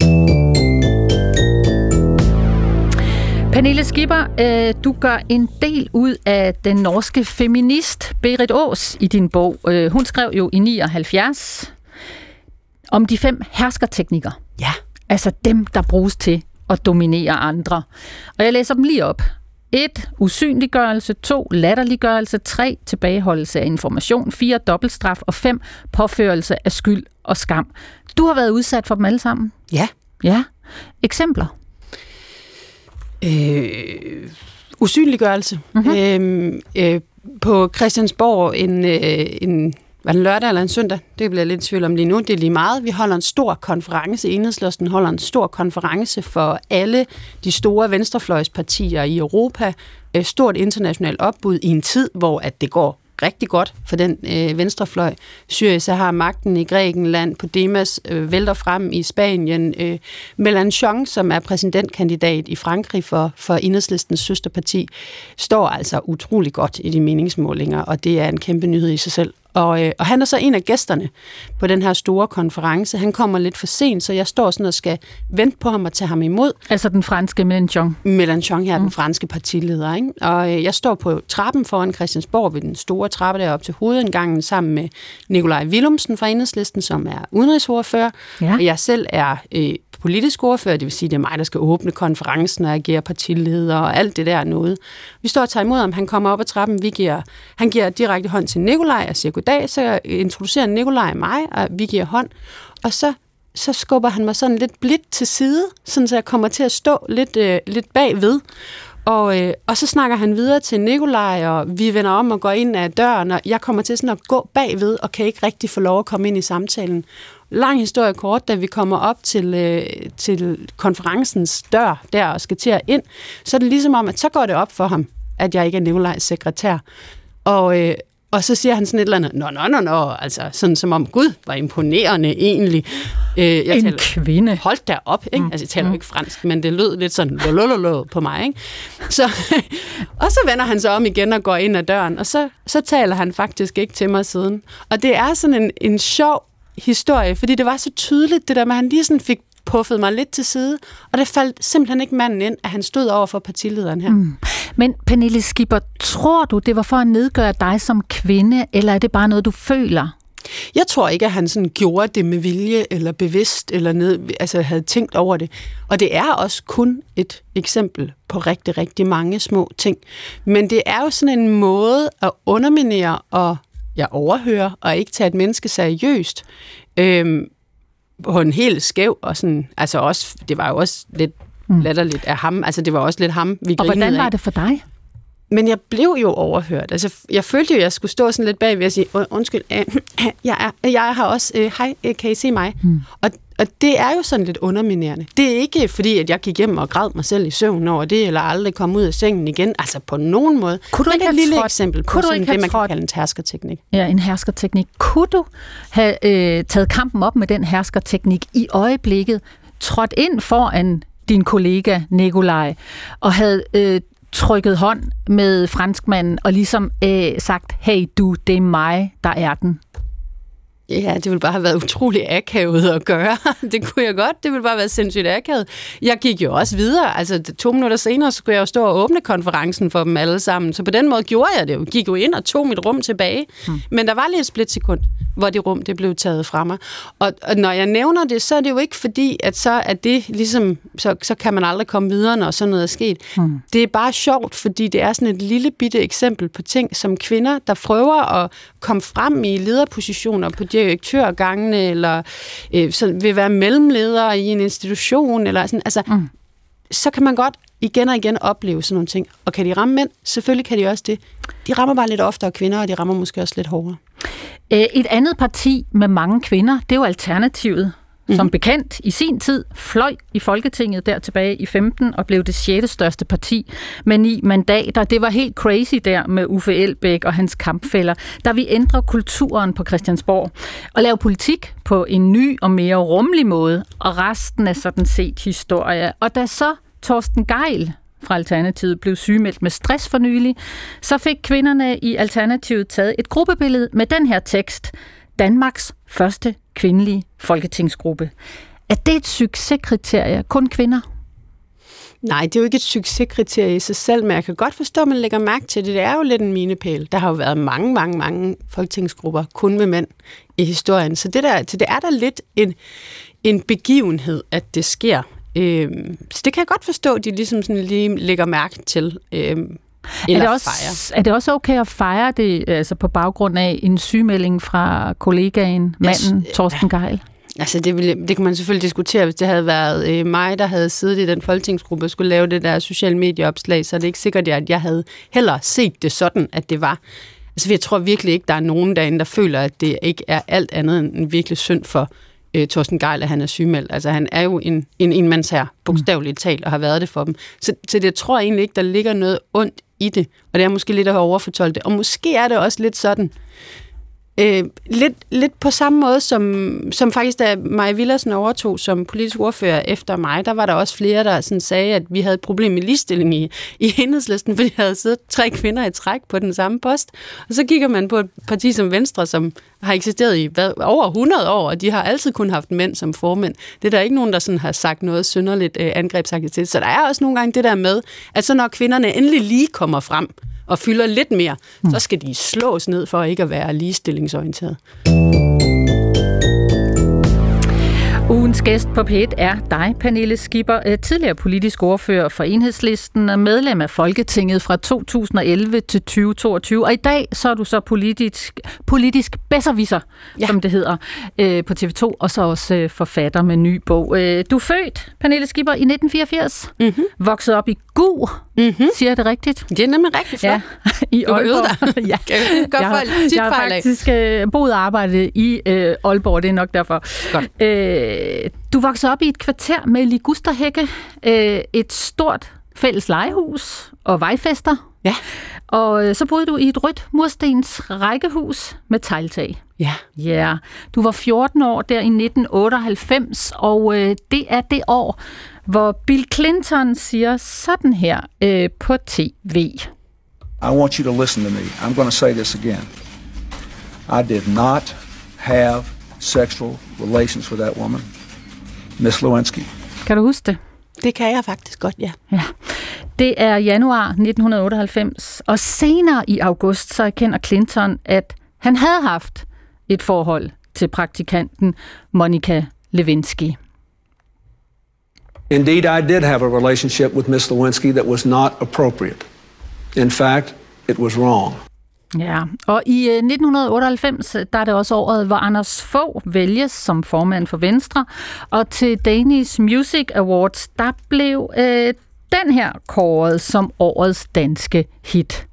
Pernille Skipper, øh, du gør en del ud af den norske feminist Berit Aas i din bog. Øh, hun skrev jo i nioghalvfjerds om de fem herskerteknikker. Ja. Altså dem, der bruges til at dominere andre. Og jeg læser dem lige op. et. Usynliggørelse. to. Latterliggørelse. tre. Tilbageholdelse af information. fire. Dobbeltstraf. Og fem. Påførelse af skyld og skam. Du har været udsat for dem alle sammen? Ja. Ja. Eksempler? Øh, usynliggørelse. Mm-hmm. Øh, øh, på Christiansborg en, øh, en var det lørdag eller en søndag? Det bliver jeg lidt i tvivl om lige nu. Det er lige meget. Vi holder en stor konference. Enhedslisten holder en stor konference for alle de store venstrefløjspartier i Europa. Et stort internationalt opbud i en tid, hvor at det går rigtig godt for den øh, venstrefløj. Syriza har magten i Grækenland, Podemos øh, vælter frem i Spanien. Øh, Mélenchon, som er præsidentkandidat i Frankrig for, for Enhedslistens søsterparti, står altså utrolig godt i de meningsmålinger, og det er en kæmpe nyhed i sig selv. Og, øh, og han er så en af gæsterne på den her store konference. Han kommer lidt for sent, så jeg står sådan og skal vente på ham og tage ham imod. Altså den franske Mélenchon. Mélenchon her, mm. den franske partileder. Ikke? Og øh, jeg står på trappen foran Christiansborg ved den store trappe deroppe til hovedindgangen sammen med Nikolaj Villumsen fra Enhedslisten, som er udenrigsordfører. Ja. Og jeg selv er øh, politisk ordfører, det vil sige, det er mig, der skal åbne konferencen og agere partileder og alt det der noget. Vi står og tager imod ham, han kommer op ad trappen, vi giver, han giver direkte hånd til Nikolaj og siger goddag, så introducerer Nikolaj mig, og vi giver hånd, og så, så skubber han mig sådan lidt blidt til side, sådan så jeg kommer til at stå lidt, øh, lidt bagved. Og, øh, og så snakker han videre til Nikolaj, og vi vender om og går ind ad døren, og jeg kommer til sådan at gå bagved, og kan ikke rigtig få lov at komme ind i samtalen. Lang historie kort, da vi kommer op til, øh, til konferencens dør der og skal til at ind, så er det ligesom om, at så går det op for ham, at jeg ikke er Nikolajs sekretær. Og, øh, og så siger han sådan et eller andet, nå, nå, nå, nå, altså sådan som om, gud, var imponerende egentlig. Øh, jeg en taler, kvinde. Hold da op, ikke? Mm. Altså jeg taler jo ikke fransk, men det lød lidt sådan lolololo på mig, ikke? Så, og så vender han sig om igen og går ind ad døren, og så, så taler han faktisk ikke til mig siden. Og det er sådan en, en sjov historie, fordi det var så tydeligt, det der med, at han lige sådan fik puffet mig lidt til side, og det faldt simpelthen ikke manden ind, at han stod over for partilederen her. Mm. Men Pernille Skipper, tror du, det var for at nedgøre dig som kvinde, eller er det bare noget, du føler? Jeg tror ikke, at han sådan gjorde det med vilje, eller bevidst, eller ned, altså havde tænkt over det. Og det er også kun et eksempel på rigtig, rigtig mange små ting. Men det er jo sådan en måde at underminere og jeg overhører, og ikke tage et menneske seriøst, øhm, på en helt skæv, og sådan, altså også, det var jo også lidt mm. latterligt af ham, altså det var også lidt ham, vi grinede af. Og hvordan var det for dig? Men jeg blev jo overhørt. Altså, jeg følte jo, at jeg skulle stå sådan lidt bagved og sige, undskyld, øh, jeg, er, jeg har også, øh, hej, kan I se mig? Mm. Og, og det er jo sådan lidt underminerende. Det er ikke fordi, at jeg gik hjem og græd mig selv i søvn over det, eller aldrig kom ud af sengen igen. Altså på nogen måde. Kunne du ikke have et lille tråd, eksempel på sådan det, man kan kalde en herskerteknik? Ja, en herskerteknik. Kunne du have øh, taget kampen op med den herskerteknik i øjeblikket, trådt ind foran din kollega Nikolaj, og havde øh, trykket hånd med franskmanden og ligesom øh, sagt, hey du, det er mig, der er den? Ja, det ville bare have været utrolig akavet at gøre. Det kunne jeg godt. Det ville bare være sindssygt akavet. Jeg gik jo også videre. Altså to minutter senere skulle jeg jo stå og åbne konferencen for dem alle sammen. Så på den måde gjorde jeg det jo. Gik jo ind og tog mit rum tilbage. Hmm. Men der var lige et splitsekund, hvor det rum det blev taget fra mig. Og, og når jeg nævner det, så er det jo ikke fordi, at så er det ligesom, så, så kan man aldrig komme videre, når sådan noget er sket. Hmm. Det er bare sjovt, fordi det er sådan et lille bitte eksempel på ting, som kvinder, der prøver at komme frem i lederpositioner på direktørgangene, eller øh, så vil være mellemledere i en institution, eller sådan, altså, mm. så kan man godt igen og igen opleve sådan nogle ting. Og kan de ramme mænd? Selvfølgelig kan de også det. De rammer bare lidt oftere kvinder, og de rammer måske også lidt hårdere. Et andet parti med mange kvinder, det er jo Alternativet, mm-hmm. som bekendt i sin tid fløj i Folketinget der tilbage i femten og blev det sjette største parti med ni mandater. Det var helt crazy der med Uffe Elbæk og hans kampfæller, der vi ændrer kulturen på Christiansborg og lave politik på en ny og mere rummelig måde, og resten er sådan set historie. Og da så Torsten Gejl fra Alternativet blev sygemeldt med stress for nylig, så fik kvinderne i Alternativet taget et gruppebillede med den her tekst: Danmarks første kvindelige folketingsgruppe. Er det et succeskriterie? Kun kvinder? Nej, det er jo ikke et succeskriterie i sig selv, men jeg kan godt forstå, at man lægger mærke til det. Det er jo lidt en milepæl. Der har jo været mange, mange, mange folketingsgrupper kun med mænd i historien. Så det, der, så det er der lidt en, en begivenhed, at det sker. Øhm, så det kan jeg godt forstå, at de ligesom sådan lige lægger mærke til. Øhm, Er det, også, er det også okay at fejre det altså på baggrund af en sygemelding fra kollegaen, manden, Torsten Gejl? Altså det, ville, det kan man selvfølgelig diskutere, hvis det havde været øh, mig, der havde siddet i den folketingsgruppe og skulle lave det der sociale medieopslag, så er det ikke sikkert, at jeg havde heller set det sådan, at det var. Altså jeg tror virkelig ikke, der er nogen derinde, der føler, at det ikke er alt andet end en virkelig synd for øh, Torsten Gejl, at han er sygemeldt. Altså han er jo en, en enmandsherre, bogstaveligt talt, og har været det for dem. Så, så det tror jeg egentlig ikke, der ligger noget ondt i det, og det er måske lidt at overfortolke det. Og måske er det også lidt sådan, Øh, lidt, lidt på samme måde, som, som faktisk da Maja Villadsen overtog som politisk ordfører efter mig, der var der også flere, der sådan sagde, at vi havde et problem med ligestilling i, i Enhedslisten, fordi der havde siddet tre kvinder i træk på den samme post. Og så kigger man på et parti som Venstre, som har eksisteret i hvad, over hundrede år, og de har altid kun haft mænd som formænd. Det er der ikke nogen, der sådan har sagt noget synderligt øh, angrebsagtigt til. Så der er også nogle gange det der med, at så når kvinderne endelig lige kommer frem, og fylder lidt mere, mm. så skal de slås ned for ikke at være ligestillingsorienteret. Ugens gæst på P et er dig, Pernille Skipper, tidligere politisk ordfører for Enhedslisten og medlem af Folketinget fra to tusind og elleve til tyve toogtyve. Og i dag så er du så politisk, politisk besserwisser, ja. som det hedder, på T V to, og så også forfatter med en ny bog. Du er født, Pernille Skipper, i nitten fireogfirs, mm-hmm. vokset op i Gug, mm-hmm. siger jeg det rigtigt? Det er nemtig rigtigt flot. Ja, i du har øvet dig. ja. jeg, har, jeg har faktisk uh, boet og arbejdet i uh, Aalborg, det er nok derfor. Godt. Uh, du voksede op i et kvarter med ligusterhække, uh, et stort fælles legehus og vejfester. Ja. Og uh, så boede du i et rødt murstens rækkehus med tegltag. Ja. Ja. Yeah. Du var fjorten år der i nitten otteoghalvfems, og uh, det er det år, hvor Bill Clinton siger sådan her øh, på T V. I want you to listen to me. I'm going to say this again. I did not have sexual relations with that woman, Miss Lewinsky. Kan du huske det? Det kan jeg faktisk godt, ja. ja. Det er januar nitten otteoghalvfems, og senere i august så erkender Clinton, at han havde haft et forhold til praktikanten Monica Lewinsky. Indeed, I did have a relationship with Miss Lewinsky that was not appropriate. In fact, it was wrong. Ja, og i øh, nitten otteoghalvfems, der er det også året, hvor Anders Fogh vælges som formand for Venstre, og til Danish Music Awards, der blev øh, den her kåret som årets danske hit.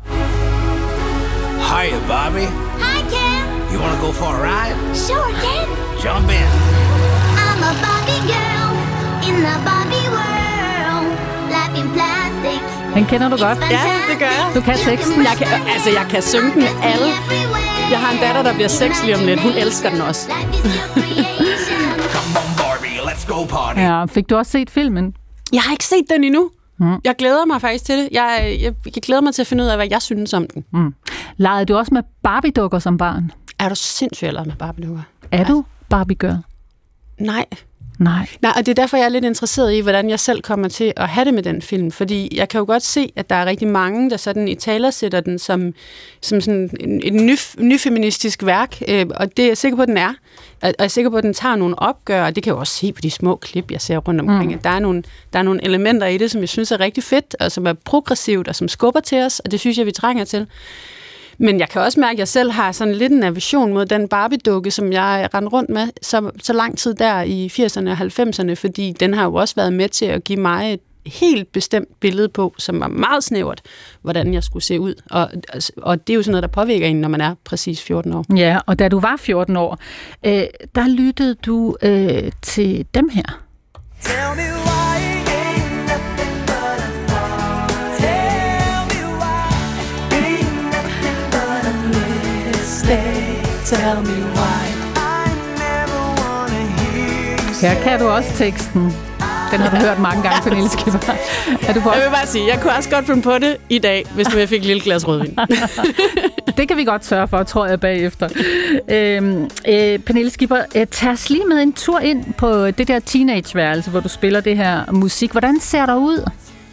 Hiya, Bobby. Hi, Ken. You want to go for a ride? Sure, Ken. Jump in. I'm a Barbie girl in the Barbie world. Life in plastic. Den kender du godt. Ja, det gør jeg. Du kan teksten. Jeg kan, altså, jeg kan synge den alle. Jeg har en datter, der bliver seks lige om lidt. Hun elsker den også. Come on, Barbie. Let's go party. Ja, fik du også set filmen? Jeg har ikke set den endnu. Mm. Jeg glæder mig faktisk til det. Jeg, jeg, jeg glæder mig til at finde ud af, hvad jeg synes om den. Mm. Legede du også med Barbie-dukker som barn? Er du sindssygt lavet med Barbie-dukker? Er du Barbie-girl? Nej. Nej. Nej, og det er derfor, jeg er lidt interesseret i, hvordan jeg selv kommer til at have det med den film. Fordi jeg kan jo godt se, at der er rigtig mange, der sådan i taler sætter den som, som sådan et ny, nyfeministisk værk. Øh, og det er jeg sikker på, at den er. Og jeg er sikker på, at den tager nogle opgør, og det kan jeg jo også se på de små klip, jeg ser rundt omkring. Mm. Der er nogle, der er nogle elementer i det, som jeg synes er rigtig fedt, og som er progressivt, og som skubber til os, og det synes jeg, vi trænger til. Men jeg kan også mærke, at jeg selv har sådan lidt en aversion mod den Barbie-dukke, som jeg rendte rundt med så, så lang tid der i firserne og halvfemserne, fordi den har jo også været med til at give mig et helt bestemt billede på, som var meget snævert, hvordan jeg skulle se ud. Og, og det er jo sådan noget, der påvirker en, når man er præcis fjorten år. Ja, og da du var fjorten år, øh, der lyttede du øh, til dem her. Tell me why it ain't nothing but a ball. Tell me why it ain't nothing but a mistake. Tell me why I never wanna hear you say. Her kan du også teksten. Den har du hørt mange gange, Pernille Skipper. Er du på? Jeg vil bare sige, jeg kunne også godt finde på det i dag, hvis nu jeg fik et lille glas rødvin. Det kan vi godt sørge for, tror jeg, bagefter. Øhm, øh, Pernille Skipper, øh, tag os lige med en tur ind på det der teenageværelse, hvor du spiller det her musik. Hvordan ser der ud?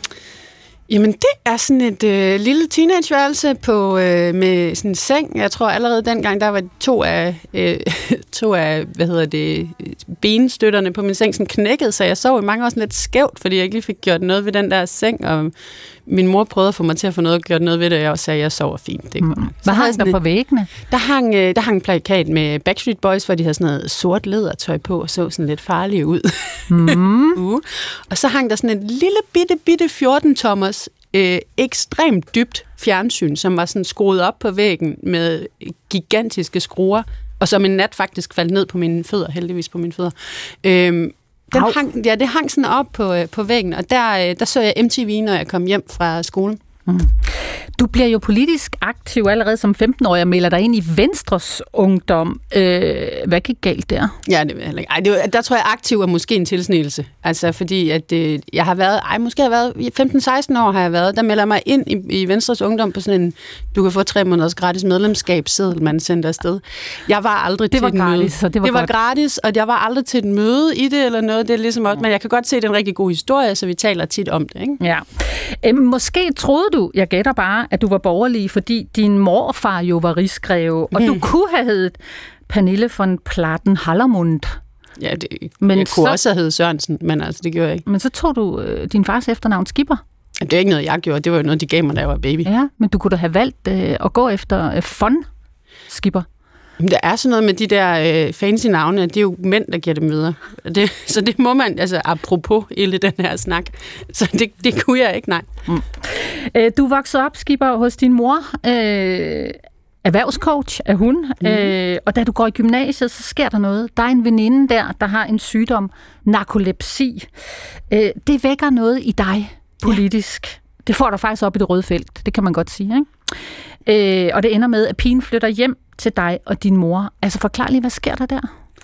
Jamen, det er sådan et øh, lille teenageværelse på, øh, med sådan en seng. Jeg tror allerede dengang, der var to af, øh, to af hvad hedder det, benstøtterne på min seng sådan knækket, så jeg sov i mange år sådan lidt skævt, fordi jeg ikke lige fik gjort noget ved den der seng, og min mor prøvede at få mig til at få noget gjort noget ved det, og jeg sagde, at jeg sover fint. Det mm. Hvad hang der på væggene? Der hang, der hang en plakat med Backstreet Boys, hvor de havde sådan noget sort lædertøj på, og så sådan lidt farlige ud. Mm. uh. Og så hang der sådan et lille bitte, bitte fjorten-tommers øh, ekstremt dybt fjernsyn, som var sådan skruet op på væggen med gigantiske skruer, og som en nat faktisk faldt ned på mine fødder, heldigvis på mine fødder. Øhm, Den hang, ja, det hang sådan op på, på væggen, og der, der så jeg M T V, når jeg kom hjem fra skolen. Mm. Du bliver jo politisk aktiv allerede som femten-årig og melder dig ind i Venstres Ungdom. Øh, hvad gik galt der? Ja, det, ej, det, der tror jeg, aktiv er måske en tilsnigelse. Altså, fordi at, øh, jeg har været, ej, måske har jeg været, femten seksten år har jeg været, der melder mig ind i, i Venstres Ungdom på sådan en, du kan få tre måneders gratis medlemskabsseddel, man sender afsted. Jeg var aldrig det til var et gratis, møde. Så det var, det var godt. gratis, og jeg var aldrig til et møde i det eller noget. Det er ligesom også, men jeg kan godt se, det er en rigtig god historie, så vi taler tit om det, ikke? Ja. Øh, måske troede du, jeg gætter bare, at du var borgerlig, fordi din morfar jo var rigsgreve, og mm. du kunne have heddet Pernille von Platen-Hallermund. Ja, det, men jeg kunne så, også have heddet Sørensen, men altså, det gjorde jeg ikke. Men så tog du øh, din fars efternavn Skipper. Ja, det er ikke noget, jeg gjorde. Det var jo noget, de gav mig, da jeg var baby. Ja, men du kunne da have valgt øh, at gå efter øh, von Skipper. Der er sådan noget med de der øh, fancy navne, det er jo mænd, der giver dem videre. Det, så det må man, altså apropos hele den her snak. Så det, det kunne jeg ikke, nej. Mm. Øh, du voksede op, Skipper, hos din mor. Øh, erhvervscoach er hun. Mm. Øh, og da du går i gymnasiet, så sker der noget. Der er en veninde der, der har en sygdom, narkolepsi. Øh, det vækker noget i dig politisk. Ja. Det får dig faktisk op i det røde felt. Det kan man godt sige, ikke? Øh, og det ender med, at pigen flytter hjem til dig og din mor. Altså forklar lige, hvad sker der der?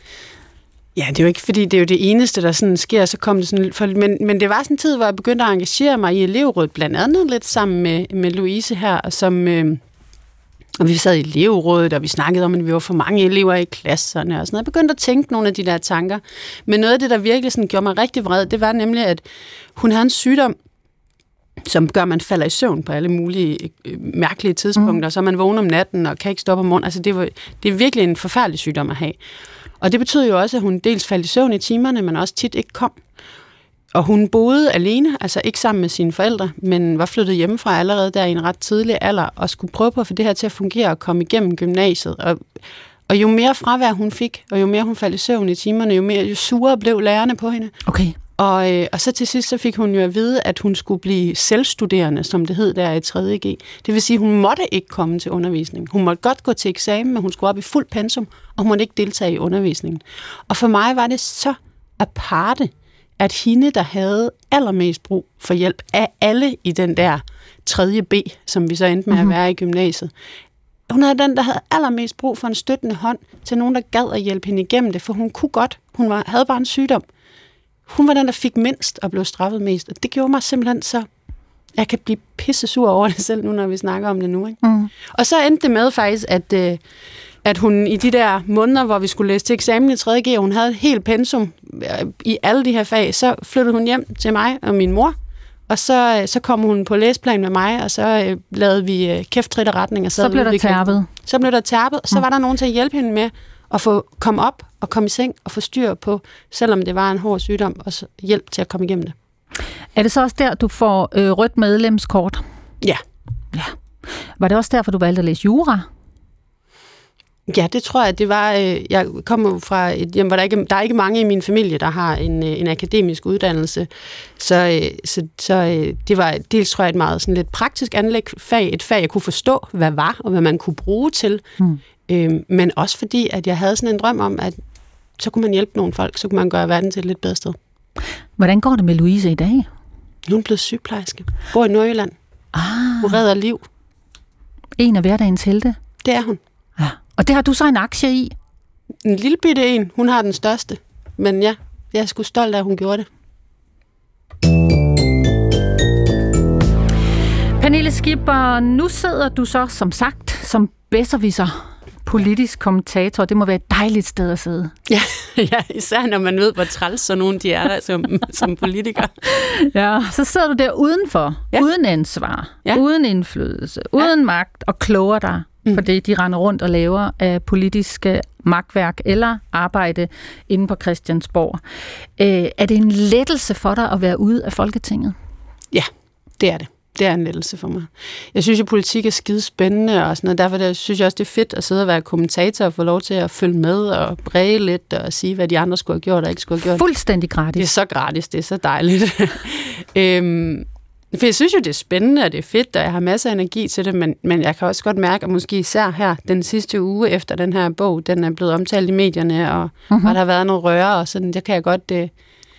Ja, det er jo ikke, fordi det er jo det eneste, der sådan sker, så kom det sådan, for, men, men det var sådan en tid, hvor jeg begyndte at engagere mig i elevrådet, blandt andet lidt sammen med, med Louise her, som, øh, og vi sad i elevrådet, og vi snakkede om, at vi var for mange elever i klasserne og sådan noget. Jeg begyndte at tænke nogle af de der tanker, men noget af det, der virkelig sådan gjorde mig rigtig vred, det var nemlig, at hun havde en sygdom, som gør, at man falder i søvn på alle mulige øh, mærkelige tidspunkter, mm. så man vågner om natten og kan ikke stoppe om morgenen. Altså, det, var, det er virkelig en forfærdelig sygdom at have. Og det betød jo også, at hun dels faldt i søvn i timerne, men også tit ikke kom. Og hun boede alene, altså ikke sammen med sine forældre, men var flyttet hjemmefra allerede der i en ret tidlig alder, og skulle prøve på at få det her til at fungere og komme igennem gymnasiet. Og, og jo mere fravær hun fik, og jo mere hun faldt i søvn i timerne, jo mere jo surere blev lærerne på hende. Okay. Og, øh, og så til sidst så fik hun jo at vide, at hun skulle blive selvstuderende, som det hed der i tredje G. Det vil sige, at hun måtte ikke komme til undervisning. Hun måtte godt gå til eksamen, men hun skulle op i fuld pensum, og hun måtte ikke deltage i undervisningen. Og for mig var det så aparte, at hende, der havde allermest brug for hjælp af alle i den der tredje B, som vi så endte med at være i gymnasiet, hun havde den, der havde allermest brug for en støttende hånd til nogen, der gad at hjælpe hende igennem det, for hun kunne godt. Hun var, havde bare en sygdom. Hun var den, der fik mindst og blev straffet mest. Og det gjorde mig simpelthen så... Jeg kan blive pisse sur over det selv nu, når vi snakker om det nu. Ikke? Mm. Og så endte det med faktisk, at, øh, at hun i de der måneder, hvor vi skulle læse til eksamen i tredje G, og hun havde et helt pensum øh, i alle de her fag, så flyttede hun hjem til mig og min mor. Og så, så kom hun på læseplan med mig, og så øh, lavede vi øh, kæft, trit og retning. Og så blev der tærpet. Så blev der tærpet, og så mm. var der nogen til at hjælpe hende med at få komme op og komme i seng og få styr på, selvom det var en hård sygdom, og så hjælp til at komme igennem det. Er det så også der, du får øh, rødt medlemskort? Ja. ja. Var det også derfor, du valgte at læse jura? Ja, det tror jeg, det var... Øh, jeg kommer fra et hjem, hvor der ikke der er ikke mange i min familie, der har en, øh, en akademisk uddannelse. Så, øh, så, så øh, det var dels, tror jeg, et meget sådan lidt praktisk anlægfag. Et fag, jeg kunne forstå, hvad var, og hvad man kunne bruge til. Mm. Øh, men også fordi, at jeg havde sådan en drøm om, at så kunne man hjælpe nogle folk, så kunne man gøre verden til et lidt bedre sted. Hvordan går det med Louise i dag? Nu er hun blevet sygeplejerske. Bor i Nordjylland. Ah. Hun redder liv. En af hverdagens helte? Det er hun. Ja. Og det har du så en aktie i? En lille bitte en. Hun har den største. Men ja, jeg er sgu stolt af, at hun gjorde det. Pernille Skipper, nu sidder du så, som sagt, som bedserviser, politisk kommentator. Det må være et dejligt sted at sidde. Ja, ja, især når man ved, hvor træls så nogen de er der som, som politiker. Ja, så sidder du der udenfor, ja. uden ansvar, ja. uden indflydelse, ja. uden magt og kloger dig mm. på det, de render rundt og laver af politiske magtværk eller arbejde inde på Christiansborg. Øh, er det en lettelse for dig at være ude af Folketinget? Ja, det er det. Det er en lettelse for mig. Jeg synes, at politik er skide spændende, og sådan noget. Derfor der, synes jeg også, det er fedt at sidde og være kommentator og få lov til at følge med og bræge lidt og sige, hvad de andre skulle have gjort og ikke skulle have gjort. Fuldstændig gratis. Det er så gratis, det er så dejligt. øhm, for jeg synes jo, det er spændende, og det er fedt, og jeg har masser af energi til det, men, men jeg kan også godt mærke, at måske især her den sidste uge efter den her bog, den er blevet omtalt i medierne, og, mm-hmm. og der har været noget røre, og sådan, der kan jeg godt... Det,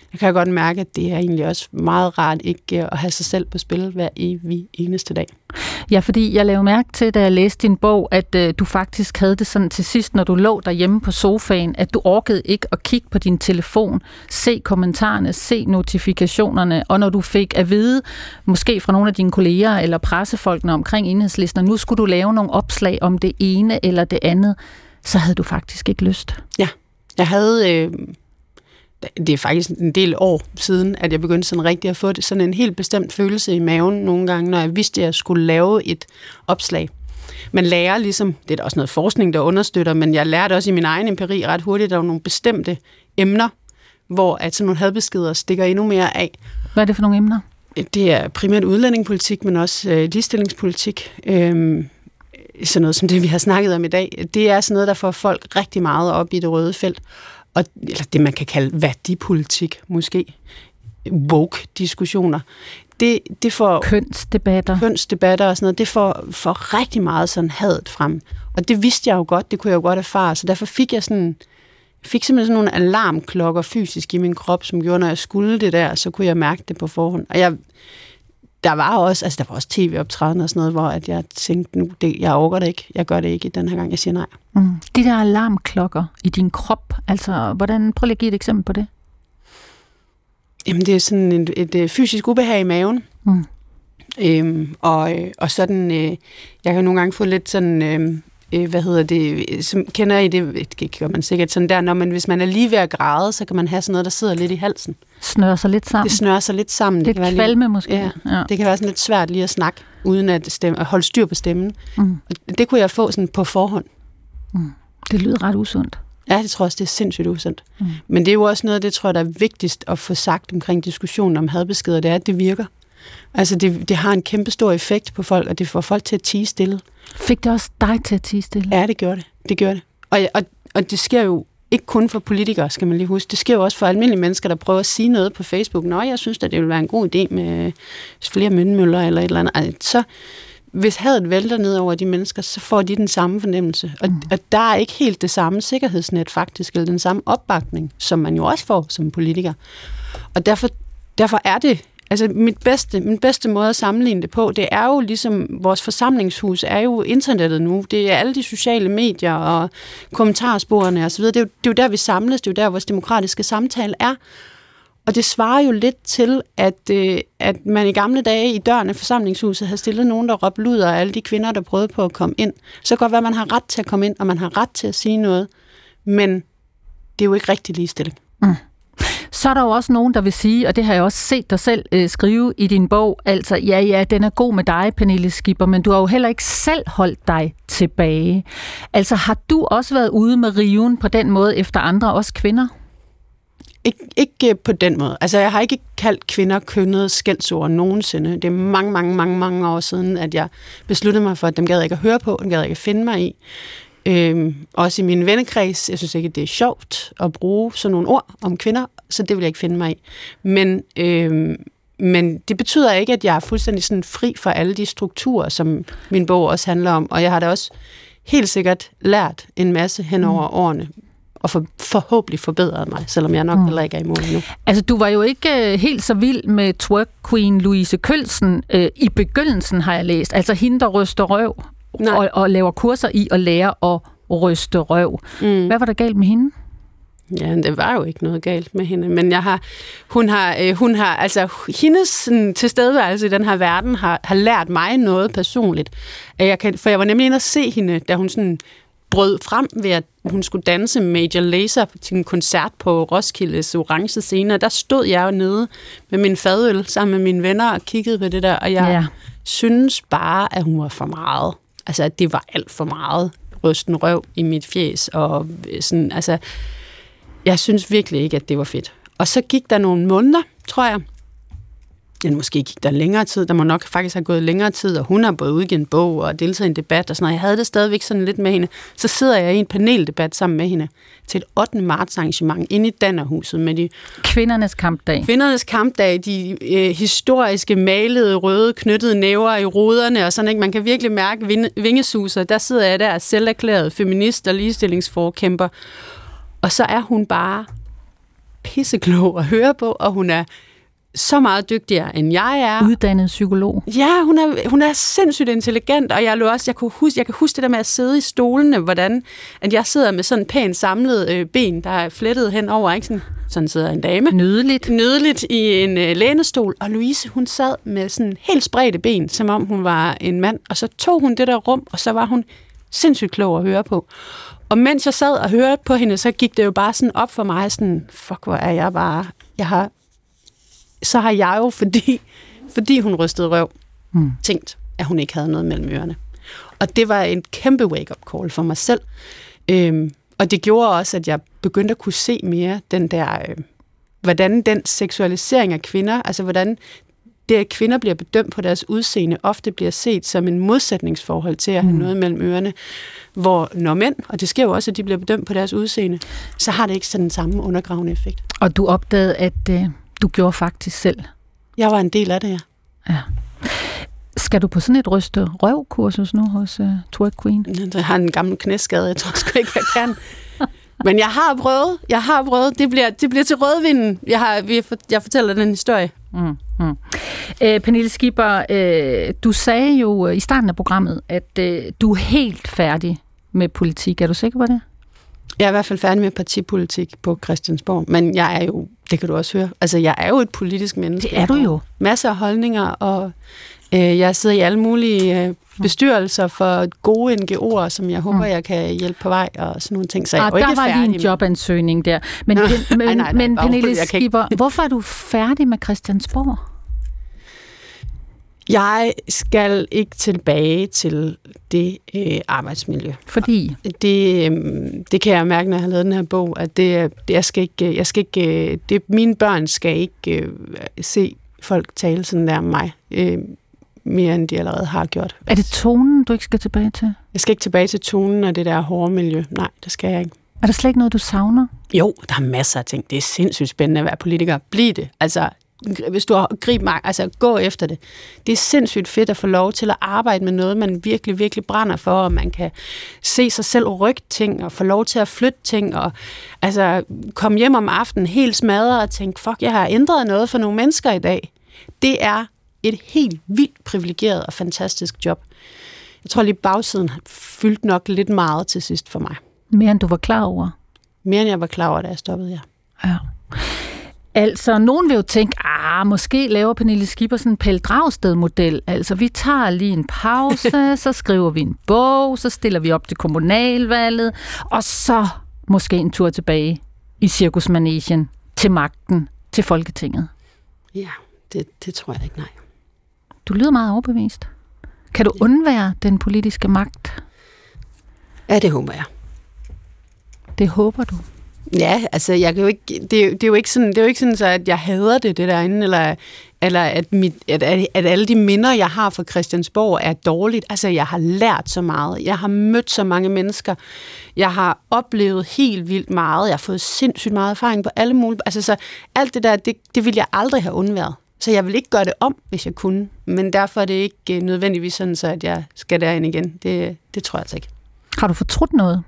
jeg kan godt mærke, at det er egentlig også meget rart ikke at have sig selv på spil hver evig eneste dag. Ja, fordi jeg lavede mærke til, da jeg læste din bog, at øh, du faktisk havde det sådan til sidst, når du lå derhjemme på sofaen, at du orkede ikke at kigge på din telefon, se kommentarerne, se notifikationerne, og når du fik at vide, måske fra nogle af dine kolleger eller pressefolkene omkring Enhedslisten, og nu skulle du lave nogle opslag om det ene eller det andet, så havde du faktisk ikke lyst. Ja, jeg havde... Øh Det er faktisk en del år siden, at jeg begyndte sådan rigtig at få det, sådan en helt bestemt følelse i maven nogle gange, når jeg vidste, at jeg skulle lave et opslag. Man lærer ligesom, det er der også noget forskning, der understøtter, men jeg lærte også i min egen empiri ret hurtigt, at der var nogle bestemte emner, hvor at sådan nogle hadbeskeder stikker endnu mere af. Hvad er det for nogle emner? Det er primært udlændingepolitik, men også øh, ligestillingspolitik. Øhm, sådan noget som det, vi har snakket om i dag. Det er sådan noget, der får folk rigtig meget op i det røde felt. Og, eller det, man kan kalde værdipolitik, måske. Woke-diskussioner. Det, det får... Kønsdebatter. Kønsdebatter og sådan noget. Det får, får rigtig meget sådan hadet frem. Og det vidste jeg jo godt, det kunne jeg jo godt erfare. Så derfor fik jeg sådan... fik simpelthen sådan nogle alarmklokker fysisk i min krop, som gjorde, når jeg skulle det der, så kunne jeg mærke det på forhånd. Og jeg... Der var også, altså der var også tv-optræden og sådan noget, hvor at jeg tænkte, nu, det, jeg overgår det ikke. Jeg gør det ikke den her gang. Jeg siger nej. Mm. De der alarmklokker i din krop, altså, hvordan, prøv lige at give et eksempel på det. Jamen, det er sådan et, et, et fysisk ubehag i maven. Mm. Øhm, og, og sådan, øh, jeg kan nogle gange få lidt sådan, øh, hvad hedder det, som kender I det, det gør man sikkert sådan der, når man, hvis man er lige ved at græde, så kan man have sådan noget, der sidder lidt i halsen. Snører sig lidt sammen. Det snører sig lidt sammen. Lidt det kan kvalme lidt, måske. Ja, ja, det kan være sådan lidt svært lige at snakke, uden at, stemme, at holde styr på stemmen. Mm. Og det kunne jeg få sådan på forhånd. Mm. Det lyder ret usundt. Ja, det tror jeg også, det er sindssygt usundt. Mm. Men det er jo også noget, det tror jeg, der er vigtigst at få sagt omkring diskussionen om hadbeskeder, det er, at det virker. Altså, det, det har en kæmpe stor effekt på folk, og det får folk til at tie stille. Fik det også dig til at tie stille? Ja, det gjorde det. Det gjorde det. Og, og, og det sker jo ikke kun for politikere, skal man lige huske. Det sker jo også for almindelige mennesker, der prøver at sige noget på Facebook. Nå, jeg synes, at det vil være en god idé med flere møntemøller eller et eller andet. Altså, så hvis hadet vælter ned over de mennesker, så får de den samme fornemmelse. Og, mm. og der er ikke helt det samme sikkerhedsnet faktisk, eller den samme opbakning, som man jo også får som politiker. Og derfor, derfor er det, altså mit bedste, min bedste måde at sammenligne det på, det er jo ligesom, vores forsamlingshus er jo internettet nu. Det er alle de sociale medier og kommentarsporene osv. Det er jo, det er jo der, vi samles. Det er jo der, vores demokratiske samtale er. Og det svarer jo lidt til, at, øh, at man i gamle dage i døren af forsamlingshuset havde stillet nogen, der råbte luder af alle de kvinder, der prøvede på at komme ind. Så kan godt være, at man har ret til at komme ind, og man har ret til at sige noget. Men det er jo ikke rigtig ligestilling. Mm. Så er der jo også nogen, der vil sige, og det har jeg også set dig selv øh, skrive i din bog, altså, ja, ja, den er god med dig, Pernille Skipper, men du har jo heller ikke selv holdt dig tilbage. Altså, har du også været ude med riven på den måde efter andre, også kvinder? Ik- ikke på den måde. Altså, jeg har ikke kaldt kvinder kønnede skældsord nogensinde. Det er mange, mange, mange, mange år siden, at jeg besluttede mig for, at dem gad jeg ikke at høre på, dem gad jeg ikke at finde mig i. Øhm, også i min vennekreds, jeg synes ikke, det er sjovt at bruge sådan nogle ord om kvinder, så det vil jeg ikke finde mig i. Men, øhm, men det betyder ikke, at jeg er fuldstændig sådan fri fra alle de strukturer, som min bog også handler om, og jeg har da også helt sikkert lært en masse hen over mm. årene, og for, forhåbentlig forbedret mig, selvom jeg nok mm. heller ikke er i mål endnu. Altså, du var jo ikke uh, helt så vild med twerk queen Louise Kølsen uh, i begyndelsen, har jeg læst. Altså hende, der ryster røv og, og laver kurser i at lære at ryste røv. Mm. Hvad var der galt med hende? Ja, det var jo ikke noget galt med hende, men jeg har, hun har, øh, hun har, altså hendes sådan, tilstedeværelse i den her verden har, har lært mig noget personligt. Jeg kan, for jeg var nemlig inde at se hende, da hun sådan brød frem ved, at hun skulle danse Major Lazer til en koncert på Roskildes orange scene, og der stod jeg jo nede med min fadøl sammen med mine venner og kiggede på det der, og jeg ja. synes bare, at hun var for meget. Altså, at det var alt for meget rysten røv i mit fjes, og sådan, altså, jeg synes virkelig ikke, at det var fedt. Og så gik der nogle måneder, tror jeg. Ja, måske gik der længere tid. Der må nok faktisk have gået længere tid, og hun har både udgivet en bog og deltaget i en debat og sådan noget. Jeg havde det stadigvæk sådan lidt med hende. Så sidder jeg i en paneldebat sammen med hende til et ottende marts arrangement inde i Dannerhuset med de... Kvindernes kampdag. Kvindernes kampdag. De øh, historiske, malede, røde, knyttede næver i ruderne og sådan, ikke? Man kan virkelig mærke vingesuser. Der sidder jeg der, selverklæret feminist og ligestillingsforkæmper. Og så er hun bare pisseklog at høre på, og hun er så meget dygtigere, end jeg er. Uddannet psykolog. Ja, hun er, hun er sindssygt intelligent, og jeg, lå også, jeg, kunne huske, jeg kan huske det der med at sidde i stolene, hvordan at jeg sidder med sådan en pænt samlet øh, ben, der er flettet hen over, ikke? Sådan, sådan sidder en dame. Nydeligt. Nydeligt i en øh, lænestol, og Louise, hun sad med sådan helt spredte ben, som om hun var en mand, og så tog hun det der rum, og så var hun sindssygt klog at høre på. Og mens jeg sad og hørte på hende, så gik det jo bare sådan op for mig, sådan, fuck, hvor er jeg bare, jeg har, så har jeg jo, fordi, fordi hun rystede røv, mm. tænkt, at hun ikke havde noget mellem ørerne. Og det var en kæmpe wake-up call for mig selv. Øhm, og det gjorde også, at jeg begyndte at kunne se mere den der, øh, hvordan den seksualisering af kvinder, altså hvordan det, at kvinder bliver bedømt på deres udseende, ofte bliver set som en modsætningsforhold til at have mm. noget mellem ørerne, hvor når mænd, og det sker jo også, at de bliver bedømt på deres udseende, så har det ikke sådan den samme undergravende effekt. Og du opdagede, at øh, du gjorde faktisk selv. Jeg var en del af det, ja. Ja. Skal du på sådan et ryste røv-kursus nu hos uh, Twerk Queen? Jeg har en gammel knæskade, jeg tror sgu ikke, jeg kan. Men jeg har prøvet, jeg har prøvet. Det bliver, det bliver til rødvinden. Jeg, har, jeg fortæller den historie. Mm, mm. Æ, Pernille Skipper, øh, du sagde jo i starten af programmet, at øh, du er helt færdig med politik. Er du sikker på det? Jeg er i hvert fald færdig med partipolitik på Christiansborg, men jeg er jo, det kan du også høre, altså jeg er jo et politisk menneske. Det er du jo. Masser af holdninger, og øh, jeg sidder i alle mulige øh, bestyrelser for gode N G O'er, som jeg håber, mm. jeg kan hjælpe på vej, og sådan nogle ting. Så jeg ah, er jo der ikke var færdig lige en jobansøgning der. Men, Nå, men, nej, nej, nej, men Pernille jeg Skipper, ikke... hvorfor er du færdig med Christiansborg? Jeg skal ikke tilbage til det øh, arbejdsmiljø. Fordi? Det, øh, det kan jeg mærke, når jeg har lavet den her bog, at det, det jeg skal ikke, jeg skal ikke, det, mine børn skal ikke øh, se folk tale sådan der om mig, øh, mere end de allerede har gjort. Er det tonen, du ikke skal tilbage til? Jeg skal ikke tilbage til tonen og det der hårde miljø. Nej, det skal jeg ikke. Er der slet ikke noget, du savner? Jo, der er masser af ting. Det er sindssygt spændende at være politiker. Bliv det. Altså, hvis du har grib mig, altså gå efter det. Det er sindssygt fedt at få lov til at arbejde med noget, man virkelig, virkelig brænder for, og man kan se sig selv rykke ting, og få lov til at flytte ting, og altså komme hjem om aftenen helt smadret og tænke, fuck, jeg har ændret noget for nogle mennesker i dag. Det er et helt vildt privilegeret og fantastisk job. Jeg tror lige, bagsiden har fyldt nok lidt meget til sidst for mig. Mere end du var klar over? Mere end jeg var klar over, da jeg stoppede, ja. Ja. Altså, nogen vil jo tænke, ah, måske laver Pernille Skipper sådan en Pelle Dragsted-model. Altså, vi tager lige en pause, så skriver vi en bog, så stiller vi op til kommunalvalget, og så måske en tur tilbage i cirkusmanesien, til magten, til Folketinget. Ja, det, det tror jeg ikke, nej. Du lyder meget overbevist. Kan du undvære den politiske magt? Ja, det håber jeg. Det håber du? Ja, altså jeg kan jo ikke, det, det er jo ikke sådan, det er jo ikke sådan så at jeg hader det det derinde, eller eller at, mit, at at alle de minder jeg har fra Christiansborg er dårligt. Altså jeg har lært så meget, jeg har mødt så mange mennesker, jeg har oplevet helt vildt meget, jeg har fået sindssygt meget erfaring på alle mulige, altså så alt det der, det, det ville jeg aldrig have undværet. Så jeg vil ikke gøre det om, hvis jeg kunne, men derfor er det ikke nødvendigvis sådan så at jeg skal derind igen. Det det tror jeg altså ikke. Har du fortrudt noget?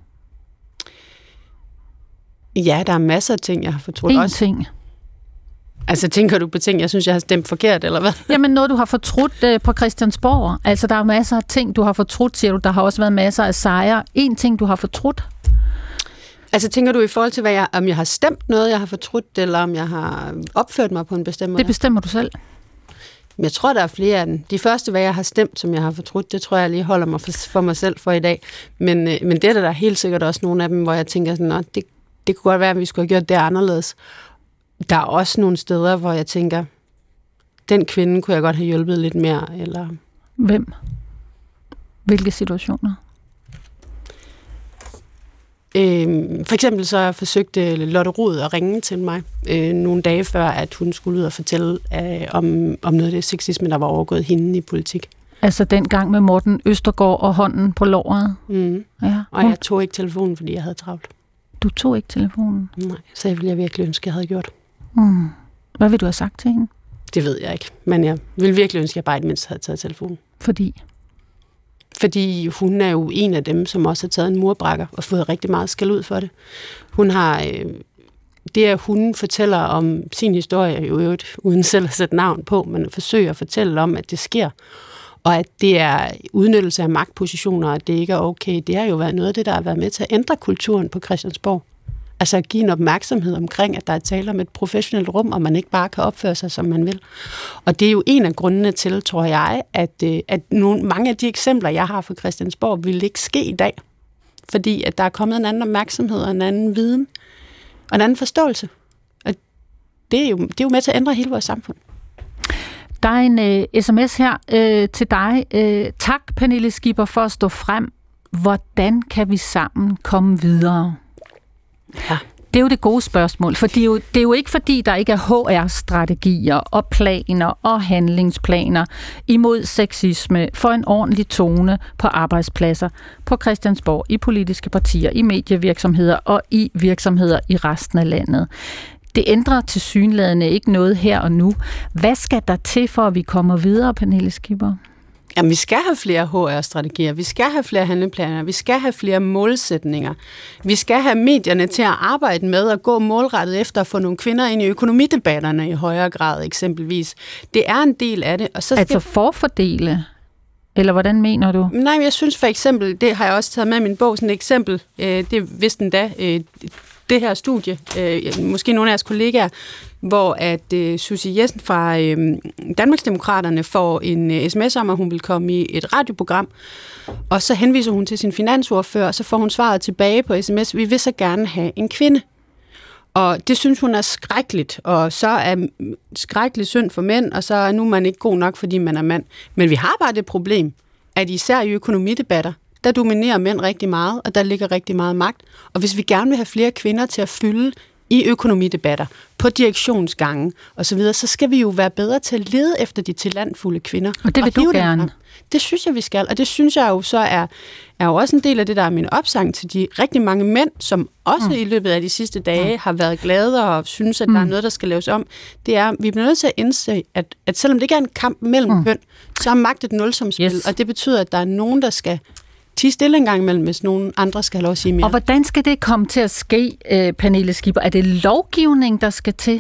Ja, der er masser af ting, jeg har fortrudt. En også. ting. Altså, tænker du på ting, jeg synes, jeg har stemt forkert, eller hvad? Jamen, noget, du har fortrudt øh, på Christiansborg. Altså, der er masser af ting, du har fortrudt, siger du. Der har også været masser af sejre. En ting, du har fortrudt? Altså, tænker du i forhold til, hvad jeg, om jeg har stemt noget, jeg har fortrudt, eller om jeg har opført mig på en bestemt måde? Det bestemmer du selv. Jeg tror, der er flere af dem. De første, hvad jeg har stemt, som jeg har fortrudt, det tror jeg lige holder mig for, for mig selv for i dag. Men, øh, men det er der helt sikkert også nogle af dem, hvor jeg tænker sådan, Nå, det Det kunne godt være, at vi skulle have gjort det anderledes. Der er også nogle steder, hvor jeg tænker, den kvinde kunne jeg godt have hjulpet lidt mere. Eller... Hvem? Hvilke situationer? Øhm, for eksempel så forsøgte Lotte Rod at ringe til mig øh, nogle dage før, at hun skulle ud og fortælle øh, om, om noget af det sexisme, der var overgået hende i politik. Altså dengang med Morten Østergaard og hånden på låret? Mm. Ja, og jeg tog ikke telefonen, fordi jeg havde travlt. Du tog ikke telefonen? Nej, så jeg ville jeg virkelig ønske, jeg havde gjort. Mm. Hvad vil du have sagt til hende? Det ved jeg ikke, men jeg ville virkelig ønske, at jeg bare ikke mindst havde taget telefonen. Fordi? Fordi hun er jo en af dem, som også har taget en murbrækker og fået rigtig meget skæld ud for det. Hun har øh, det, at hun fortæller om sin historie, jo øvrigt, uden selv at sætte navn på, men forsøger at fortælle om, at det sker, og at det er udnyttelse af magtpositioner, og at det ikke er okay, det har jo været noget af det, der har været med til at ændre kulturen på Christiansborg. Altså at give en opmærksomhed omkring, at der er tale om et professionelt rum, og man ikke bare kan opføre sig, som man vil. Og det er jo en af grundene til, tror jeg, at, at nogle, mange af de eksempler, jeg har fra Christiansborg, ville ikke ske i dag. Fordi at der er kommet en anden opmærksomhed og en anden viden og en anden forståelse. Og det er jo, det er jo med til at ændre hele vores samfund. Der er en uh, sms her uh, til dig. Uh, tak, Pernille Skipper, for at stå frem. Hvordan kan vi sammen komme videre? Ja. Det er jo det gode spørgsmål, for det er jo, det er jo ikke fordi, der ikke er H R-strategier og planer og handlingsplaner imod sexisme for en ordentlig tone på arbejdspladser, på Christiansborg, i politiske partier, i medievirksomheder og i virksomheder i resten af landet. Det ændrer tilsyneladende ikke noget her og nu. Hvad skal der til, for at vi kommer videre, Pernille Skipper? Jamen, vi skal have flere H R-strategier, vi skal have flere handleplaner, vi skal have flere målsætninger. Vi skal have medierne til at arbejde med at gå målrettet efter at få nogle kvinder ind i økonomidebatterne i højere grad, eksempelvis. Det er en del af det. Og så skal... Altså forfordele? Eller hvordan mener du? Nej, jeg synes for eksempel, det har jeg også taget med i min bog, sådan et eksempel, det er vist endda det her studie, måske nogle af jeres kollegaer, hvor at uh, Susie Jessen fra uh, Danmarksdemokraterne får en uh, sms om, at hun vil komme i et radioprogram, og så henviser hun til sin finansordfører, og så får hun svaret tilbage på sms, vi vil så gerne have en kvinde. Og det synes hun er skrækkeligt, og så er skrækkeligt synd for mænd, og så er nu man ikke god nok, fordi man er mand. Men vi har bare det problem, at især i økonomidebatter, der dominerer mænd rigtig meget, og der ligger rigtig meget magt. Og hvis vi gerne vil have flere kvinder til at fylde i økonomidebatter, på direktionsgange osv., så, så skal vi jo være bedre til at lede efter de talentfulde kvinder. Og det vil og du gerne? Det synes jeg, vi skal. Og det synes jeg jo så er, er jo også en del af det, der er min opsang til de rigtig mange mænd, som også mm. i løbet af de sidste dage mm. har været glade og synes, at der mm. er noget, der skal laves om. Det er, vi bliver nødt til at indse, at, at selvom det ikke er en kamp mellem mm. køn, så er magt et nulsumsspil, yes. og det betyder, at der er nogen, der skal tige stille en gang imellem, hvis nogen andre skal have lov at sige mere. Og hvordan skal det komme til at ske, Pernille Skipper? Er det lovgivning, der skal til?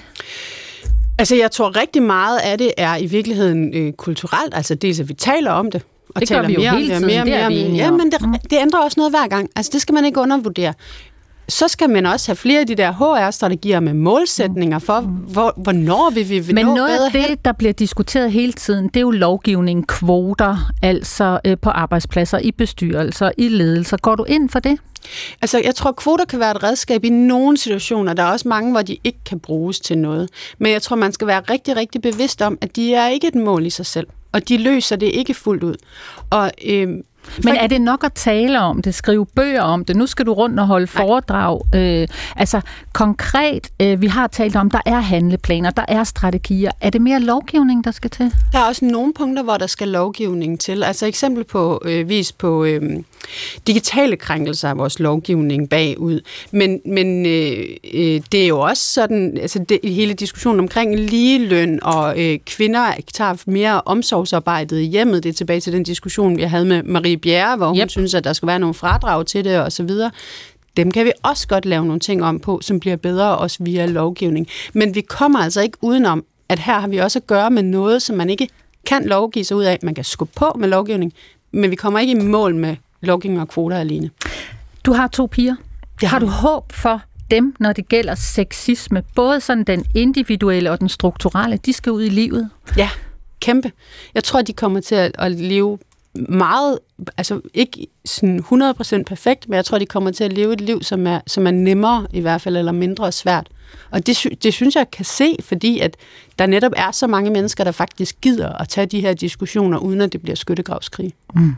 Altså, jeg tror rigtig meget af det er i virkeligheden øh, kulturelt. Altså, dels at vi taler om det. Og det taler gør vi jo mere, hele tiden, mere, mere, det er vi enige ja, om. men det, det ændrer også noget hver gang. Altså, det skal man ikke undervurdere. Så skal man også have flere af de der H R-strategier med målsætninger for, hvor, hvornår vil vi Men nå noget bedre af det, hen? der bliver diskuteret hele tiden, det er jo lovgivning, kvoter, altså øh, på arbejdspladser, i bestyrelser, i ledelser. Går du ind for det? Altså, jeg tror, kvoter kan være et redskab i nogle situationer. Der er også mange, hvor de ikke kan bruges til noget. Men jeg tror, man skal være rigtig, rigtig bevidst om, at de er ikke et mål i sig selv. Og de løser det ikke fuldt ud. Og øh, Men er det nok at tale om det, skrive bøger om det? Nu skal du rundt og holde foredrag. Øh, altså konkret, øh, vi har talt om, der er handleplaner, der er strategier. Er det mere lovgivning, der skal til? Der er også nogle punkter, hvor der skal lovgivning til. Altså eksempel på øh, vis på øh, digitale krænkelser af vores lovgivning bagud. Men, men øh, øh, det er jo også sådan, altså det, hele diskussionen omkring ligeløn, og øh, kvinder tager mere omsorgsarbejdet i hjemmet. Det er tilbage til den diskussion, vi havde med Marie Bjerre, hvor hun yep. synes, at der skal være nogle fradrag til det og så videre. Dem kan vi også godt lave nogle ting om på, som bliver bedre også via lovgivning. Men vi kommer altså ikke udenom, at her har vi også at gøre med noget, som man ikke kan lovgive sig ud af. Man kan skubbe på med lovgivning, men vi kommer ikke i mål med lovgivning og kvoter alene. Du har to piger. Ja. Har du håb for dem, når det gælder sexisme? Både sådan den individuelle og den strukturelle, de skal ud i livet? Ja, kæmpe. Jeg tror, de kommer til at, at leve meget, altså ikke sådan hundrede procent perfekt, men jeg tror, de kommer til at leve et liv, som er, som er nemmere i hvert fald, eller mindre svært. Og det, det synes jeg kan se, fordi at der netop er så mange mennesker, der faktisk gider at tage de her diskussioner, uden at det bliver skyttegravskrig. Mm.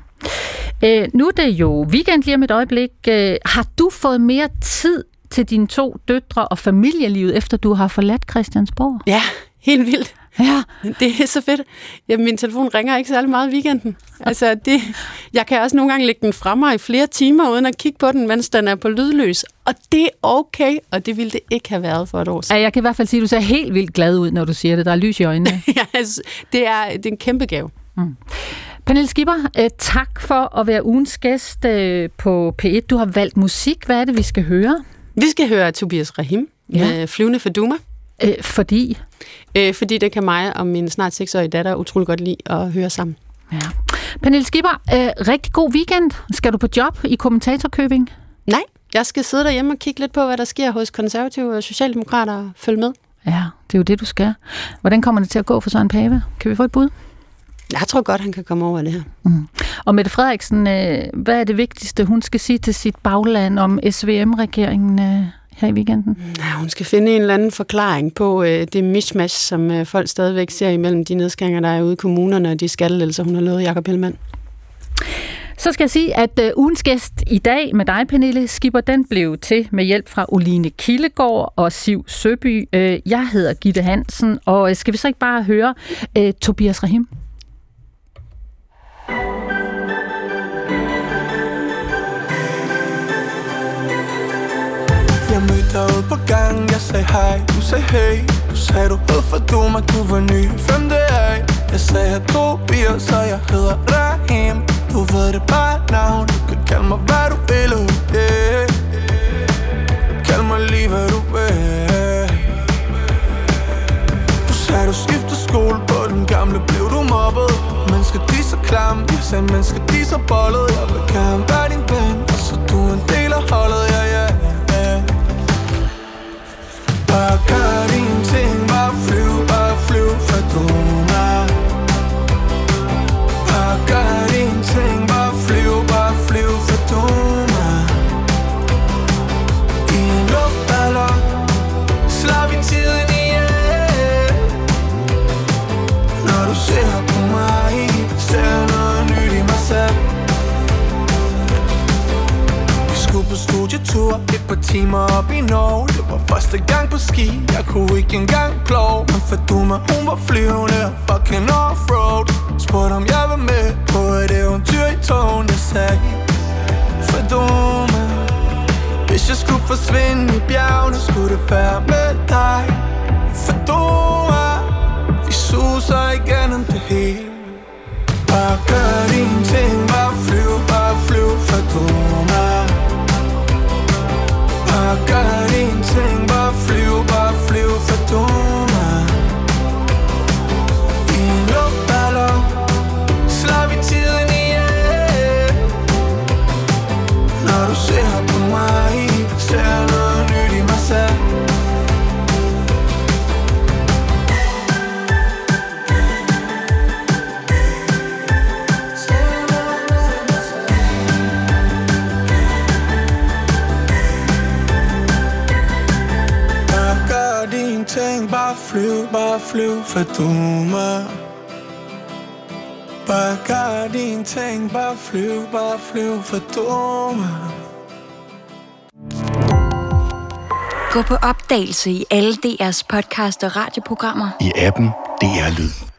Øh, nu er det jo weekend lige om et øjeblik. Øh, har du fået mere tid til dine to døtre og familielivet, efter du har forladt Christiansborg? Ja, helt vildt. Ja. Det er så fedt. Ja, min telefon ringer ikke særlig meget i weekenden. Altså, det, jeg kan også nogle gange lægge den fra mig i flere timer, uden at kigge på den, mens den er på lydløs. Og det er okay, og det ville det ikke have været for et år siden. Ja, jeg kan i hvert fald sige, at du ser helt vildt glad ud, når du siger det. Der er lys i øjnene. Ja, altså, det, er, det er en kæmpe gave. Mm. Pernille Skipper, eh, tak for at være ugens gæst eh, på P et. Du har valgt musik. Hvad er det, vi skal høre? Vi skal høre Tobias Rahim Ja. Med Flyvende Faduma. Øh, fordi? Øh, fordi det kan mig og min snart seksårige datter utrolig godt lide at høre sammen. Ja. Pernille Skipper, øh, rigtig god weekend. Skal du på job i Kommentatorkøbing? Nej, jeg skal sidde derhjemme og kigge lidt på, hvad der sker hos konservative og socialdemokrater og følge med. Ja, det er jo det, du skal. Hvordan kommer det til at gå for Søren Pape? Kan vi få et bud? Jeg tror godt, han kan komme over det her. Mm. Og Mette Frederiksen, øh, hvad er det vigtigste, hun skal sige til sit bagland om S V M-regeringen øh, her i weekenden? Ja, hun skal finde en eller anden forklaring på øh, det mismatch, som øh, folk stadigvæk ser imellem de nedskæringer, der er ude i kommunerne og de skattelettelser, hun har lovet Jakob Ellemann. Så skal jeg sige, at uh, ugens gæst i dag med dig, Pernille Skipper, den blev til med hjælp fra Oline Kildegård og Siv Søby. Uh, jeg hedder Gitte Hansen, og uh, skal vi så ikke bare høre uh, Tobias Rahim? Jeg mødte dig ude på gangen, jeg sagde hej, du sagde hey. Du sagde du hed for du, men du var ny, hvem det er? Jeg sagde jeg Tobias, så jeg hedder Rahim. Du ved det bare navn, du kan kalde mig hvad du vil, yeah. Kald mig lige hvad du vil. Du sagde du skiftede skole, på den gamle blev du mobbet. Mennesker de så klamme, jeg sagde mennesker de så bollet. Jeg vil gerne være din ven, og så du en del af holdet, ja ja ja. Bare gør dine ting, bare flyv, bare flyv for du mig. Bare gør dine ting, bare flyv, bare flyv for du mig. I en luftballon slår vi tiden ihjel. Når du ser på mig, ser noget nyt i mig selv. Vi skulle på studietur, et par timer op i Norge. Det var første gang på ski, jeg kunne ikke engang plove. Men Faduma, hun var flyvende, fucking offroad. Spurgte om jeg var med på et eventyr i togen. Jeg sagde, Faduma, hvis jeg skulle forsvinde i bjergene, skulle det være med dig. Faduma, vi suser igennem det hele. Bare gør dine ting, bare flyv, bare flyv, Faduma. Bare gør dine ting, bare flyv, bare flyv, Faduma. I en luftballon slår vi tiden ihjel. Når du ser på mig, ser noget nyt i mig selv. Ting, bare flyv, bare flyv, Faduma. Bare gør dine ting, bare flyv, bare flyv, Faduma. Gå på opdagelse i alle D R's podcast og radioprogrammer. I appen D R Lyd.